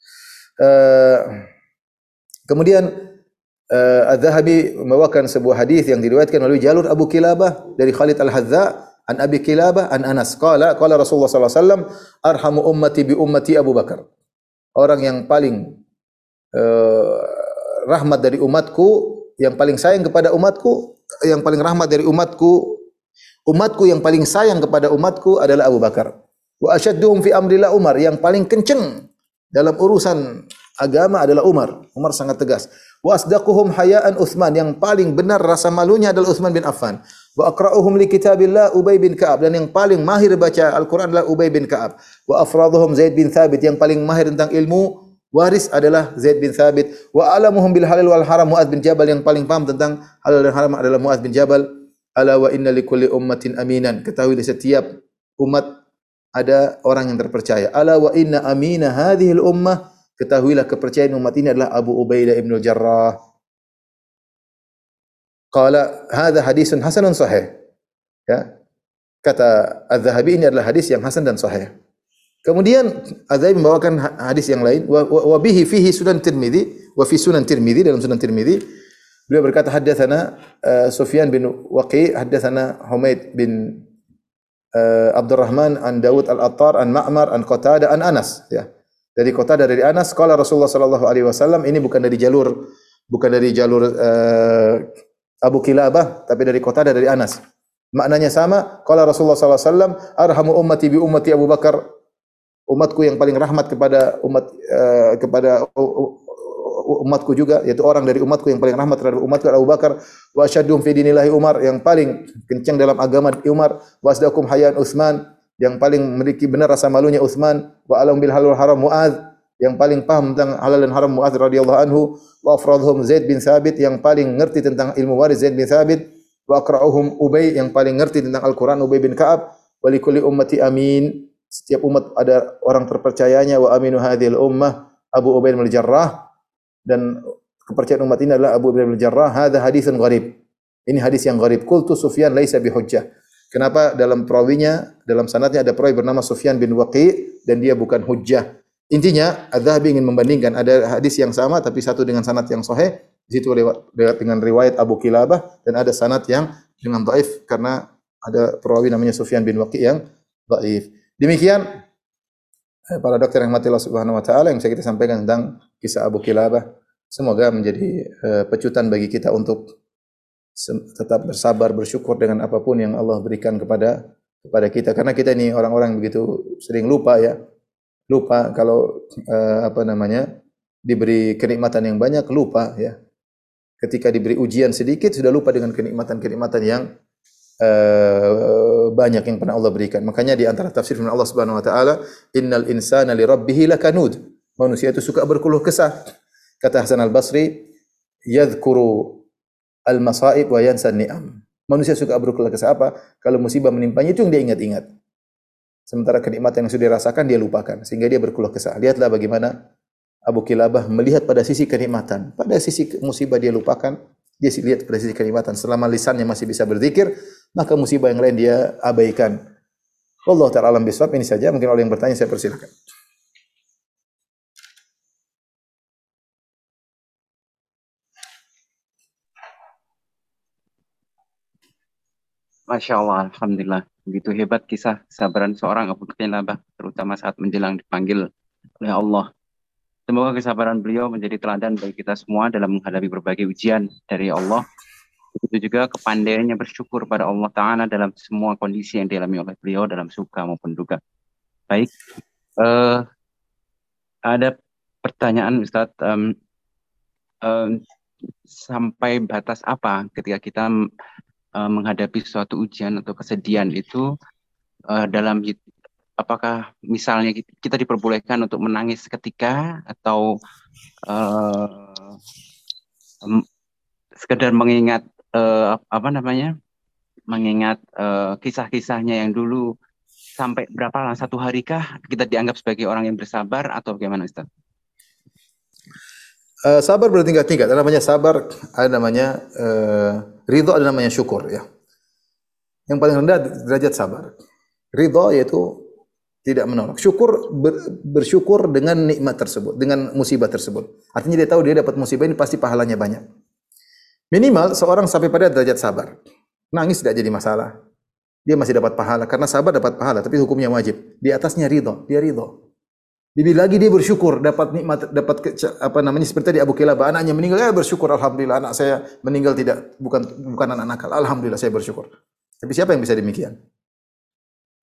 Uh, kemudian uh, Az-Zahabi membawakan sebuah hadis yang diriwayatkan melalui jalur Abu Qilabah dari Khalid Al-Hadza an Abi Qilabah an Anas qala qala Rasulullah sallallahu alaihi wasallam arhamu ummati bi ummati Abu Bakar. Orang yang paling uh, rahmat dari umatku, yang paling sayang kepada umatku, yang paling rahmat dari umatku, umatku yang paling sayang kepada umatku adalah Abu Bakar. Wa ashadduhum fi amrillah Umar, yang paling kenceng dalam urusan agama adalah Umar. Umar sangat tegas. Wa asdaquhum hayaan Utsman, yang paling benar rasa malunya adalah Utsman bin Affan. Wa aqra'uhum li kitabillah Ubay bin Ka'ab, dan yang paling mahir baca Al-Qur'an adalah Ubay bin Ka'ab. Wa afradhuhum Zaid bin Thabit, yang paling mahir tentang ilmu waris adalah Zaid bin Thabit. Wa alamuhum bil halal wal haram Muadz bin Jabal, yang paling paham tentang halal dan haram adalah Muadz bin Jabal. Ala wa inna likulli ummatin aminan, ketahui di setiap umat ada orang yang terpercaya. Ala wa inna amina hadhil ummah, ketahuilah kepercayaan umat ini adalah Abu Ubaidah ibn Jarrah. Qala hadha hadisun hasanun sahih. Ya. Kata Az-Zahabi, ini adalah hadis yang hasan dan sahih. Kemudian Az-Zahabi membawakan hadis yang lain, wa, wa, wa bihi fihi Sunan Tirmidzi, wa fi Sunan Tirmidzi, dalam Sunan Tirmidzi beliau berkata haddatsana uh, Sufyan bin Waqi', haddatsana Humaid bin uh, Abdurrahman an Dawud al-Attar an Ma'mar an Qatadah an Anas, ya. Dari Qatadah dari Anas, qala Rasulullah sallallahu alaihi wasallam, ini bukan dari jalur bukan dari jalur uh, Abu Kilabah, tapi dari Qatadah dari Anas. Maknanya sama, qala Rasulullah sallallahu alaihi wasallam, arhamu ummati bi ummati Abu Bakar, umatku yang paling rahmat kepada umat uh, kepada uh, umatku juga, yaitu orang dari umatku yang paling rahmat terhadap umatku Abu Bakar. Wa asyaddum fi dinillahi Umar, yang paling kencang dalam agama Umar. Wa asdakum hayyan Utsman, yang paling memiliki benar rasa malunya Utsman. Wa alam bil halal haram Muadz, yang paling paham tentang halal dan haram Muadz radhiyallahu anhu. Wa afradhum Zaid bin Thabit, yang paling ngerti tentang ilmu waris Zaid bin Thabit. Wa aqra'uhum Ubay, yang paling ngerti tentang Al-Qur'an Ubay bin Ka'ab. Wa likulli ummati amin, setiap umat ada orang terpercayanya. Wa aminu hadhil ummah Abu Ubaidah bin Jarrah, dan kepercayaan umat ini adalah Abu Ubaidah bin Jarrah. Hadza haditsun gharib, ini hadis yang gharib. Qultu Sufyan laisa bihujjah, kenapa dalam perawinya, dalam sanadnya ada perawi bernama Sufyan bin Waqi' dan dia bukan hujjah. Intinya Az-Zahabi ingin membandingkan, ada hadis yang sama tapi satu dengan sanad yang sahih, di situ lewat dengan riwayat Abu Kilabah, dan ada sanad yang dengan dhaif karena ada perawi namanya Sufyan bin Waqi' yang dhaif. Demikian para dokter yang mati Allah Subhanahu wa taala yang bisa kita sampaikan tentang kisah Abu Kilabah. Semoga menjadi uh, pecutan bagi kita untuk tetap bersabar, bersyukur dengan apapun yang Allah berikan kepada kepada kita, karena kita ini orang-orang yang begitu sering lupa, ya. Lupa kalau uh, apa namanya? Diberi kenikmatan yang banyak, lupa, ya. Ketika diberi ujian sedikit sudah lupa dengan kenikmatan-kenikmatan yang Uh, banyak yang pernah Allah berikan. Makanya di antara tafsir firman Allah Subhanahu wa taala, innal insana li rabbih lakanud, manusia itu suka berkeluh kesah. Kata Hasan Al-Basri, yadhkuru al-masaib wa yansa ni'am. Manusia suka berkeluh kesah apa? Kalau musibah menimpanya itu yang dia ingat-ingat. Sementara kenikmatan yang sudah dirasakan dia lupakan, sehingga dia berkeluh kesah. Lihatlah bagaimana Abu Kilabah melihat pada sisi kenikmatan, pada sisi musibah dia lupakan. Dia lihat pada sisi kenikmatan. Selama lisannya masih bisa berzikir, maka musibah yang lain dia abaikan. Wallahu ta'ala alam bisawab. Ini saja. Mungkin oleh yang bertanya saya persilakan. Masya Allah, Alhamdulillah. Begitu hebat kisah kesabaran seorang Abu Kilabah, terutama saat menjelang dipanggil oleh Allah. Semoga kesabaran beliau menjadi teladan bagi kita semua dalam menghadapi berbagai ujian dari Allah. Begitu juga kepandaiannya bersyukur pada Allah Ta'ala dalam semua kondisi yang dialami oleh beliau dalam suka maupun duka. Baik, uh, ada pertanyaan Ustadz, um, um, sampai batas apa ketika kita uh, menghadapi suatu ujian atau kesedihan itu uh, dalam apakah misalnya kita diperbolehkan untuk menangis ketika atau uh, um, sekedar mengingat uh, apa namanya mengingat uh, kisah-kisahnya yang dulu, sampai berapa lama, satu harikah kita dianggap sebagai orang yang bersabar atau bagaimana Ustaz? Uh, sabar bertingkat-tingkat. Ada namanya sabar, ada namanya uh, ridho, ada namanya syukur, ya. Yang paling rendah derajat sabar. Ridho yaitu tidak menolak. Syukur ber, bersyukur dengan nikmat tersebut, dengan musibah tersebut. Artinya dia tahu dia dapat musibah ini pasti pahalanya banyak. Minimal seorang sampai pada derajat sabar. Nangis tidak jadi masalah. Dia masih dapat pahala karena sabar dapat pahala, tapi hukumnya wajib. Di atasnya ridho, dia ridho. Lebih lagi dia bersyukur dapat nikmat, dapat ke, apa namanya seperti tadi Abu Kilabah, anaknya meninggal, ya bersyukur, alhamdulillah anak saya meninggal tidak bukan bukan anak nakal. Alhamdulillah saya bersyukur. Tapi siapa yang bisa demikian?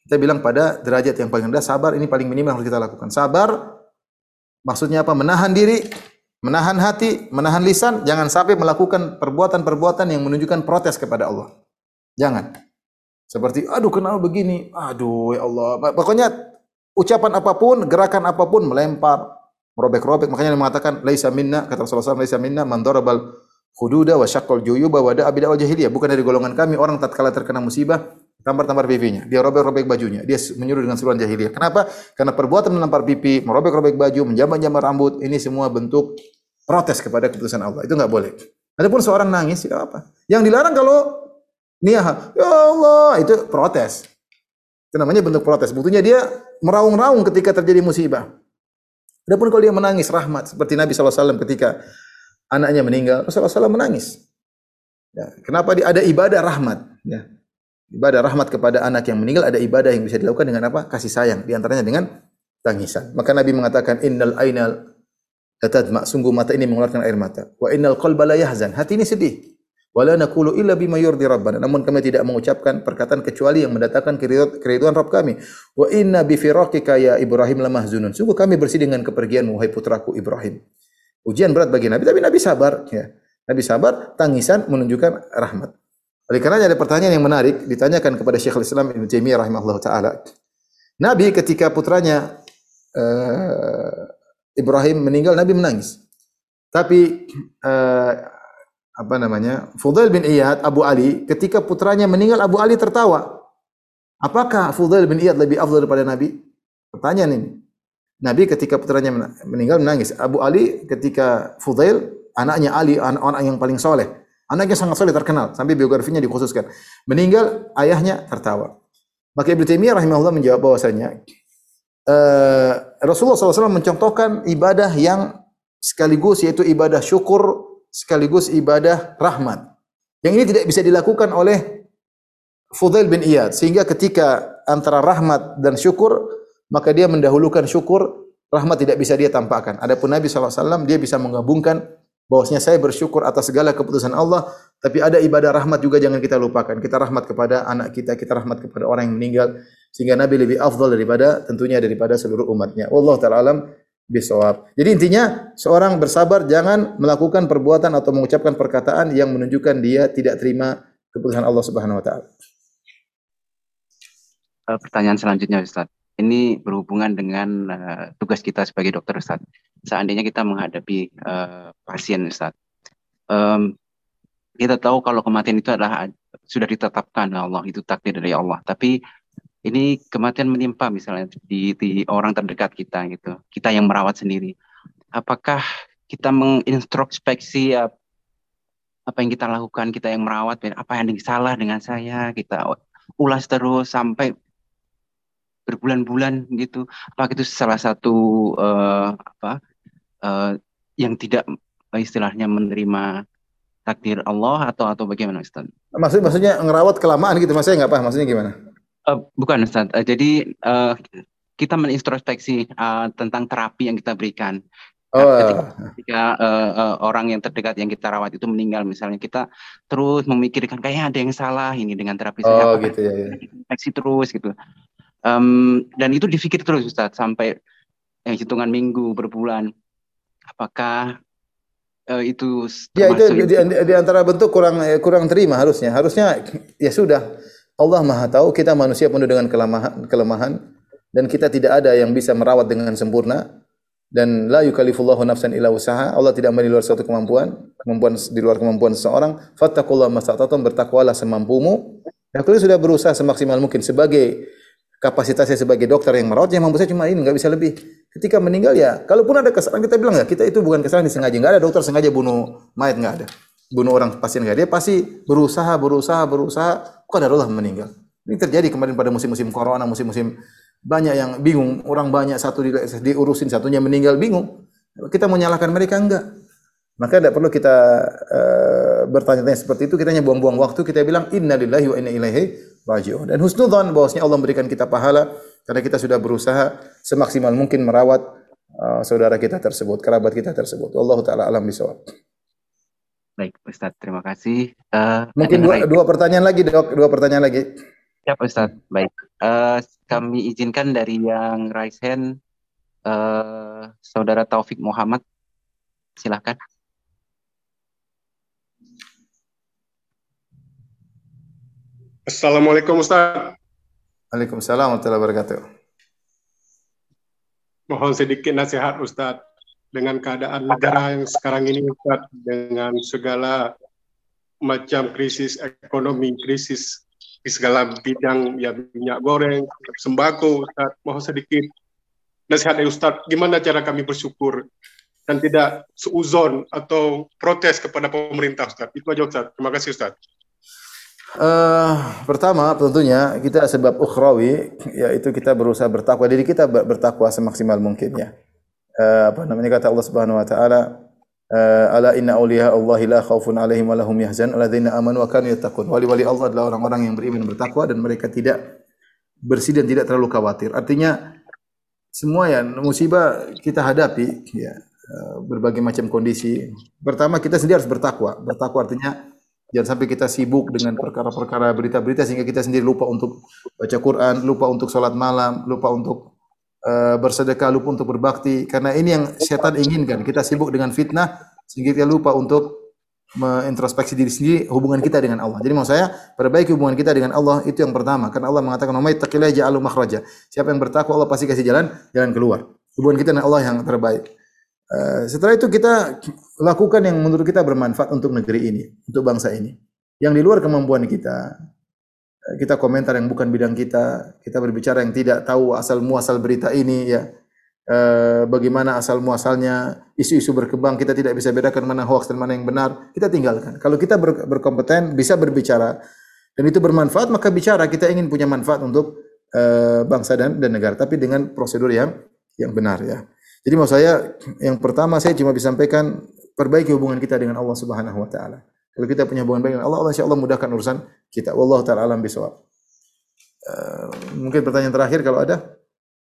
Kita bilang pada derajat yang paling rendah, sabar ini paling minimal harus kita lakukan. Sabar maksudnya apa? Menahan diri, menahan hati, menahan lisan, jangan sampai melakukan perbuatan-perbuatan yang menunjukkan protes kepada Allah. Jangan. Seperti, aduh kenapa begini? Aduh ya Allah. Pokoknya ucapan apapun, gerakan apapun, melempar, merobek-robek. Makanya dia mengatakan, laisa minna, kata Rasulullah shallallahu alaihi wasallam, laisa minna man darabal hududa wa syaqqal juyuba wa da'a bid'awal jahiliyah. Bukan dari golongan kami orang tatkala terkena musibah, tampar-tampar pipinya, dia robek-robek bajunya, dia menyuruh dengan seruan jahiliyah. Kenapa? Karena perbuatan menampar pipi, merobek-robek baju, menjamah-jamah rambut, ini semua bentuk protes kepada keputusan Allah. Itu enggak boleh. Adapun seorang nangis, tidak apa. Yang dilarang kalau niyah, ya Allah, itu protes. Itu namanya bentuk protes. Buktinya dia meraung-raung ketika terjadi musibah. Adapun kalau dia menangis rahmat, seperti Nabi shallallahu alaihi wasallam ketika anaknya meninggal, Rasulullah shallallahu alaihi wasallam menangis. Ya, kenapa dia ada ibadah rahmat? Ya. Ibadah rahmat kepada anak yang meninggal, ada ibadah yang bisa dilakukan dengan apa? Kasih sayang. Di antaranya dengan tangisan. Maka Nabi mengatakan, innal ainal latadma, sungguh mata ini mengeluarkan air mata. Wa innal qalba la yahzan, hati ini sedih. Wala naqulu illa bima yurdi rabbana, namun kami tidak mengucapkan perkataan kecuali yang mendatangkan keriduan Rabb kami. Wa inna bi firaqika ya Ibrahim lamahzunun, sungguh kami bersedih dengan kepergianmu wahai putraku Ibrahim. Ujian berat bagi Nabi, tapi Nabi sabar. Ya. Nabi sabar, tangisan menunjukkan rahmat. Oleh karenanya ada pertanyaan yang menarik ditanyakan kepada Syekhul Islam Ibnu Taimiyah rahimahullah taala. Nabi ketika putranya uh, Ibrahim meninggal, Nabi menangis. Tapi uh, apa namanya? Fudail bin Iyad, Abu Ali, ketika putranya meninggal, Abu Ali tertawa. Apakah Fudail bin Iyad lebih afdal daripada Nabi? Pertanyaan ini. Nabi ketika putranya meninggal menangis. Abu Ali ketika Fudail, anaknya Ali, anak yang paling soleh, anaknya sangat soleh terkenal, sampai biografinya dikhususkan, meninggal, ayahnya tertawa. Maka Ibnu Taimiyah rahimahullah menjawab bahwasanya uh, Rasulullah shallallahu alaihi wasallam mencontohkan ibadah yang sekaligus yaitu ibadah syukur sekaligus ibadah rahmat. Yang ini tidak bisa dilakukan oleh Fudail bin Iyad, sehingga ketika antara rahmat dan syukur, maka dia mendahulukan syukur, rahmat tidak bisa dia tampakkan. Adapun Nabi shallallahu alaihi wasallam dia bisa menggabungkan bahwasanya saya bersyukur atas segala keputusan Allah, tapi ada ibadah rahmat juga jangan kita lupakan. Kita rahmat kepada anak kita, kita rahmat kepada orang yang meninggal, sehingga Nabi lebih afdal daripada tentunya daripada seluruh umatnya. Wallahu ta'ala alam bisawab. Jadi intinya seorang bersabar jangan melakukan perbuatan atau mengucapkan perkataan yang menunjukkan dia tidak terima keputusan Allah Subhanahu wa taala. Pertanyaan selanjutnya Ustaz. Ini berhubungan dengan uh, tugas kita sebagai dokter Ustaz. Seandainya kita menghadapi uh, pasien Ustaz. Um, kita tahu kalau kematian itu adalah sudah ditetapkan Allah, itu takdir dari Allah. Tapi ini kematian menimpa misalnya di, di orang terdekat kita gitu. Kita yang merawat sendiri. Apakah kita mengintrospeksi ya, apa yang kita lakukan, kita yang merawat, apa yang salah dengan saya, kita ulas terus sampai berbulan-bulan gitu. Apakah itu salah satu uh, apa uh, yang tidak istilahnya menerima takdir Allah atau atau bagaimana Ustaz? Maksud maksudnya ngerawat kelamaan gitu, Mas, saya nggak paham maksudnya gimana? Uh, bukan Ustaz. Uh, jadi uh, kita menintrospeksi uh, tentang terapi yang kita berikan. Oh. Ketika, ketika uh, uh, orang yang terdekat yang kita rawat itu meninggal misalnya, kita terus memikirkan kayaknya ada yang salah ini dengan terapi saya. Oh, apa gitu ya. ya. Infeksi terus gitu. Um, dan itu difikir terus Ustaz sampai eh, hitungan minggu, berbulan. Apakah uh, itu Ya itu di, di, di antara bentuk kurang kurang terima harusnya. Harusnya ya sudah. Allah Maha tahu kita manusia penuh dengan kelemahan, kelemahan dan kita tidak ada yang bisa merawat dengan sempurna, dan la yukallifullahu nafsan illa usaha. Allah tidak memberi luar suatu kemampuan, kemampuan di luar kemampuan seseorang. Fattaqullaha mastata'tum, bertakwalah semampumu. Ya, kalau sudah berusaha semaksimal mungkin sebagai kapasitasnya sebagai dokter yang merawat, yang mampu saya cuma ini, nggak bisa lebih. Ketika meninggal ya, kalaupun ada kesalahan kita bilang ya, kita itu bukan kesalahan disengaja. Nggak ada dokter sengaja bunuh mayat, nggak ada. Bunuh orang pasien nggak ada. Dia pasti berusaha, berusaha, berusaha. Qadarullah meninggal. Ini terjadi kemarin pada musim-musim corona, musim-musim banyak yang bingung. Orang banyak satu di, diurusin, satunya meninggal, bingung. Kita mau nyalahkan mereka enggak? Maka tidak perlu kita uh, bertanya-tanya seperti itu. Kita hanya buang-buang waktu. Kita bilang inna lillahi wa inna ilaihi raji'un. Dan husnudzan bahwasanya Allah memberikan kita pahala karena kita sudah berusaha semaksimal mungkin merawat uh, saudara kita tersebut, kerabat kita tersebut. Wallahu taala alam bisawab. Baik, Ustaz, terima kasih. Uh, Mungkin dua, dua pertanyaan lagi, Dok. Dua pertanyaan lagi. Ya, Ustaz. Baik. Eh, kami izinkan dari yang raise hand, eh, Saudara Taufik Muhammad, silahkan. Assalamualaikum Ustaz. Waalaikumsalam warahmatullahi wabarakatuh. Mohon sedikit nasihat Ustaz dengan keadaan negara yang sekarang ini Ustaz, dengan segala macam krisis ekonomi, krisis di segala bidang, ya minyak goreng, sembako Ustaz. Mohon sedikit nasihat dari Ustaz, gimana cara kami bersyukur dan tidak seuzon atau protes kepada pemerintah Ustaz. Itu aja Ustaz. Terima kasih Ustaz. Uh, pertama tentunya kita sebab ukhrawi, yaitu kita berusaha bertakwa, diri kita bertakwa semaksimal mungkin ya. Uh, apa namanya, kata Allah Subhanahu wa taala, uh, ala inna awliya Allahi la khaufun alaihim wa lahum yahzan alladzina amanu wa kanu yattaqun. Wali-wali Allah adalah orang-orang yang beriman bertakwa dan mereka tidak bersih dan tidak terlalu khawatir. Artinya semua ya musibah kita hadapi ya, uh, berbagai macam kondisi. Pertama kita sendiri harus bertakwa. Bertakwa artinya jangan sampai kita sibuk dengan perkara-perkara berita-berita sehingga kita sendiri lupa untuk baca Quran, lupa untuk sholat malam, lupa untuk uh, bersedekah, lupa untuk berbakti. Karena ini yang setan inginkan. Kita sibuk dengan fitnah sehingga kita lupa untuk mengintrospeksi diri sendiri, hubungan kita dengan Allah. Jadi maksud saya, perbaiki hubungan kita dengan Allah itu yang pertama. Karena Allah mengatakan, "Wa may yattaqillaha yaj'al lahu makhraja." Siapa yang bertakwa, Allah pasti kasih jalan jalan keluar. Hubungan kita dengan Allah yang terbaik. Uh, setelah itu kita lakukan yang menurut kita bermanfaat untuk negeri ini, untuk bangsa ini. Yang di luar kemampuan kita, uh, kita komentar yang bukan bidang kita, kita berbicara yang tidak tahu asal muasal berita ini, ya, uh, bagaimana asal muasalnya, isu-isu berkembang, kita tidak bisa bedakan mana hoax dan mana yang benar, kita tinggalkan. Kalau kita ber, berkompeten, bisa berbicara, dan itu bermanfaat, maka bicara. Kita ingin punya manfaat untuk uh, bangsa dan, dan negara, tapi dengan prosedur yang yang benar, ya. Jadi maksud saya, yang pertama saya cuma bisa sampaikan, perbaiki hubungan kita dengan Allah Subhanahu wa taala. Kalau kita punya hubungan baik dengan Allah, Allah insyaallah mudahkan urusan kita. Wallahu taala alam bisawab. Uh, mungkin pertanyaan terakhir kalau ada.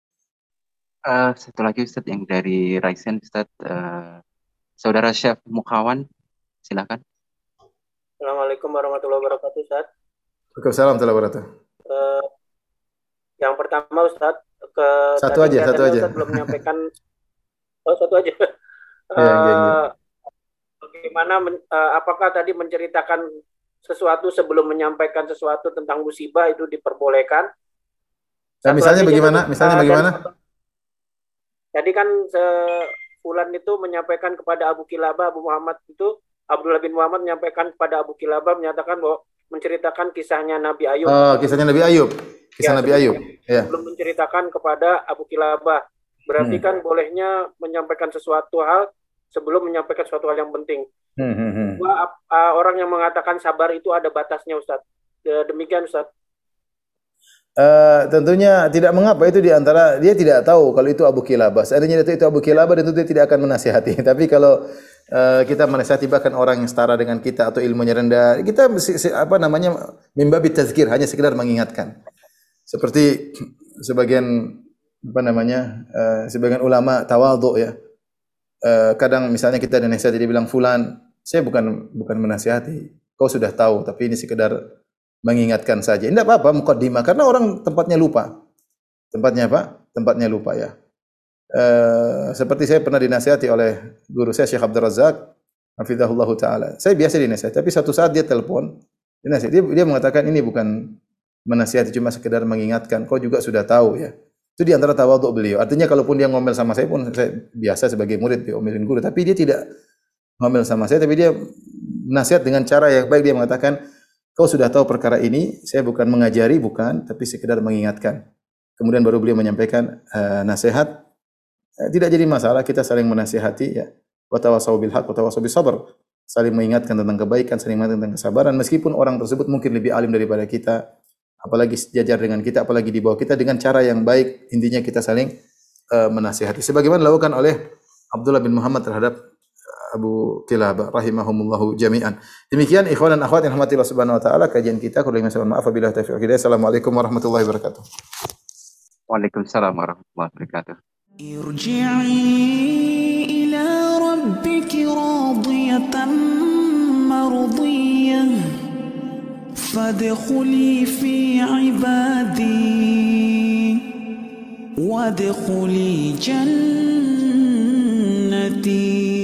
Uh, satu lagi Ustaz yang dari Raisen Ustaz, uh, Saudara Chef Mukhawan, silakan. Assalamualaikum warahmatullahi wabarakatuh Ustaz. Waalaikumsalam warahmatullahi wabarakatuh. Uh, yang pertama Ustaz, ke satu aja, satu aja. Ustaz belum menyampaikan. Oh, satu aja. Ya, ya, ya. Bagaimana, men, uh, apakah tadi menceritakan sesuatu sebelum menyampaikan sesuatu tentang musibah itu diperbolehkan? Nah, misalnya bagaimana? Itu, misalnya uh, bagaimana? Dan, tadi kan Fulan itu menyampaikan kepada Abu Kilabah, Abu Muhammad itu, Abdullah bin Muhammad menyampaikan kepada Abu Kilabah, menyatakan bahwa menceritakan kisahnya Nabi Ayub. Oh, kisahnya Nabi Ayub. Kisah ya, Nabi Ayub. Ya. Belum menceritakan kepada Abu Kilabah. Berarti hmm. kan bolehnya menyampaikan sesuatu hal sebelum menyampaikan sesuatu hal yang penting. Hmm, hmm, hmm. Dua, uh, orang yang mengatakan sabar itu ada batasnya, Ustaz. Demikian, Ustaz. Uh, tentunya tidak mengapa, itu diantara dia tidak tahu kalau itu Abu Kilabah. Seandainya itu, itu Abu Kilabah, tentu dia tidak akan menasihati. Tapi kalau uh, kita menasihati bahkan orang yang setara dengan kita atau ilmunya rendah, kita apa namanya mimbabi tazkir, hanya sekedar mengingatkan. Seperti sebagian apa namanya uh, sebagian ulama tawadhu ya, uh, kadang misalnya kita dinasihati, dia bilang, Fulan, saya bukan bukan menasihati, kau sudah tahu, tapi ini sekedar mengingatkan saja. Tidak apa-apa muqaddimah, karena orang tempatnya lupa, tempatnya apa tempatnya lupa ya. Uh, seperti saya pernah dinasihati oleh guru saya Syekh Abdul Razak hafizahullah taala. Saya biasa dinasihati, tapi satu saat dia telepon, dia, dia mengatakan ini bukan menasihati, cuma sekedar mengingatkan, kau juga sudah tahu ya. Itu di antara tawadhu beliau. Artinya kalaupun dia ngomel sama saya pun, saya biasa sebagai murid diomelin guru, tapi dia tidak ngomel sama saya, tapi dia nasihat dengan cara yang baik. Dia mengatakan, kau sudah tahu perkara ini, saya bukan mengajari, bukan, tapi sekedar mengingatkan. Kemudian baru beliau menyampaikan uh, nasihat. Uh, tidak jadi masalah, kita saling menasihati ya. Wa tawassaw bil haqq wa tawassaw bis sabr. Saling mengingatkan tentang kebaikan, saling mengingatkan tentang kesabaran, meskipun orang tersebut mungkin lebih alim daripada kita, apalagi sejajar dengan kita, apalagi di bawah kita, dengan cara yang baik. Intinya kita saling uh, menasihati. Sebagaimana dilakukan oleh Abdullah bin Muhammad terhadap Abu Kilabah rahimahumullahu jami'an. Demikian ikhwan dan akhwat yang rahmati Allah Subhanahu wa taala, kajian kita. Kurang lebih mohon maaf, wabillahi taufiq wal hidayah. Assalamualaikum warahmatullahi wabarakatuh. Waalaikumsalam warahmatullahi wabarakatuh. Irji'i ila rabbiki radiyatan mardiyah. فادخلي في عبادي وادخلي جنتي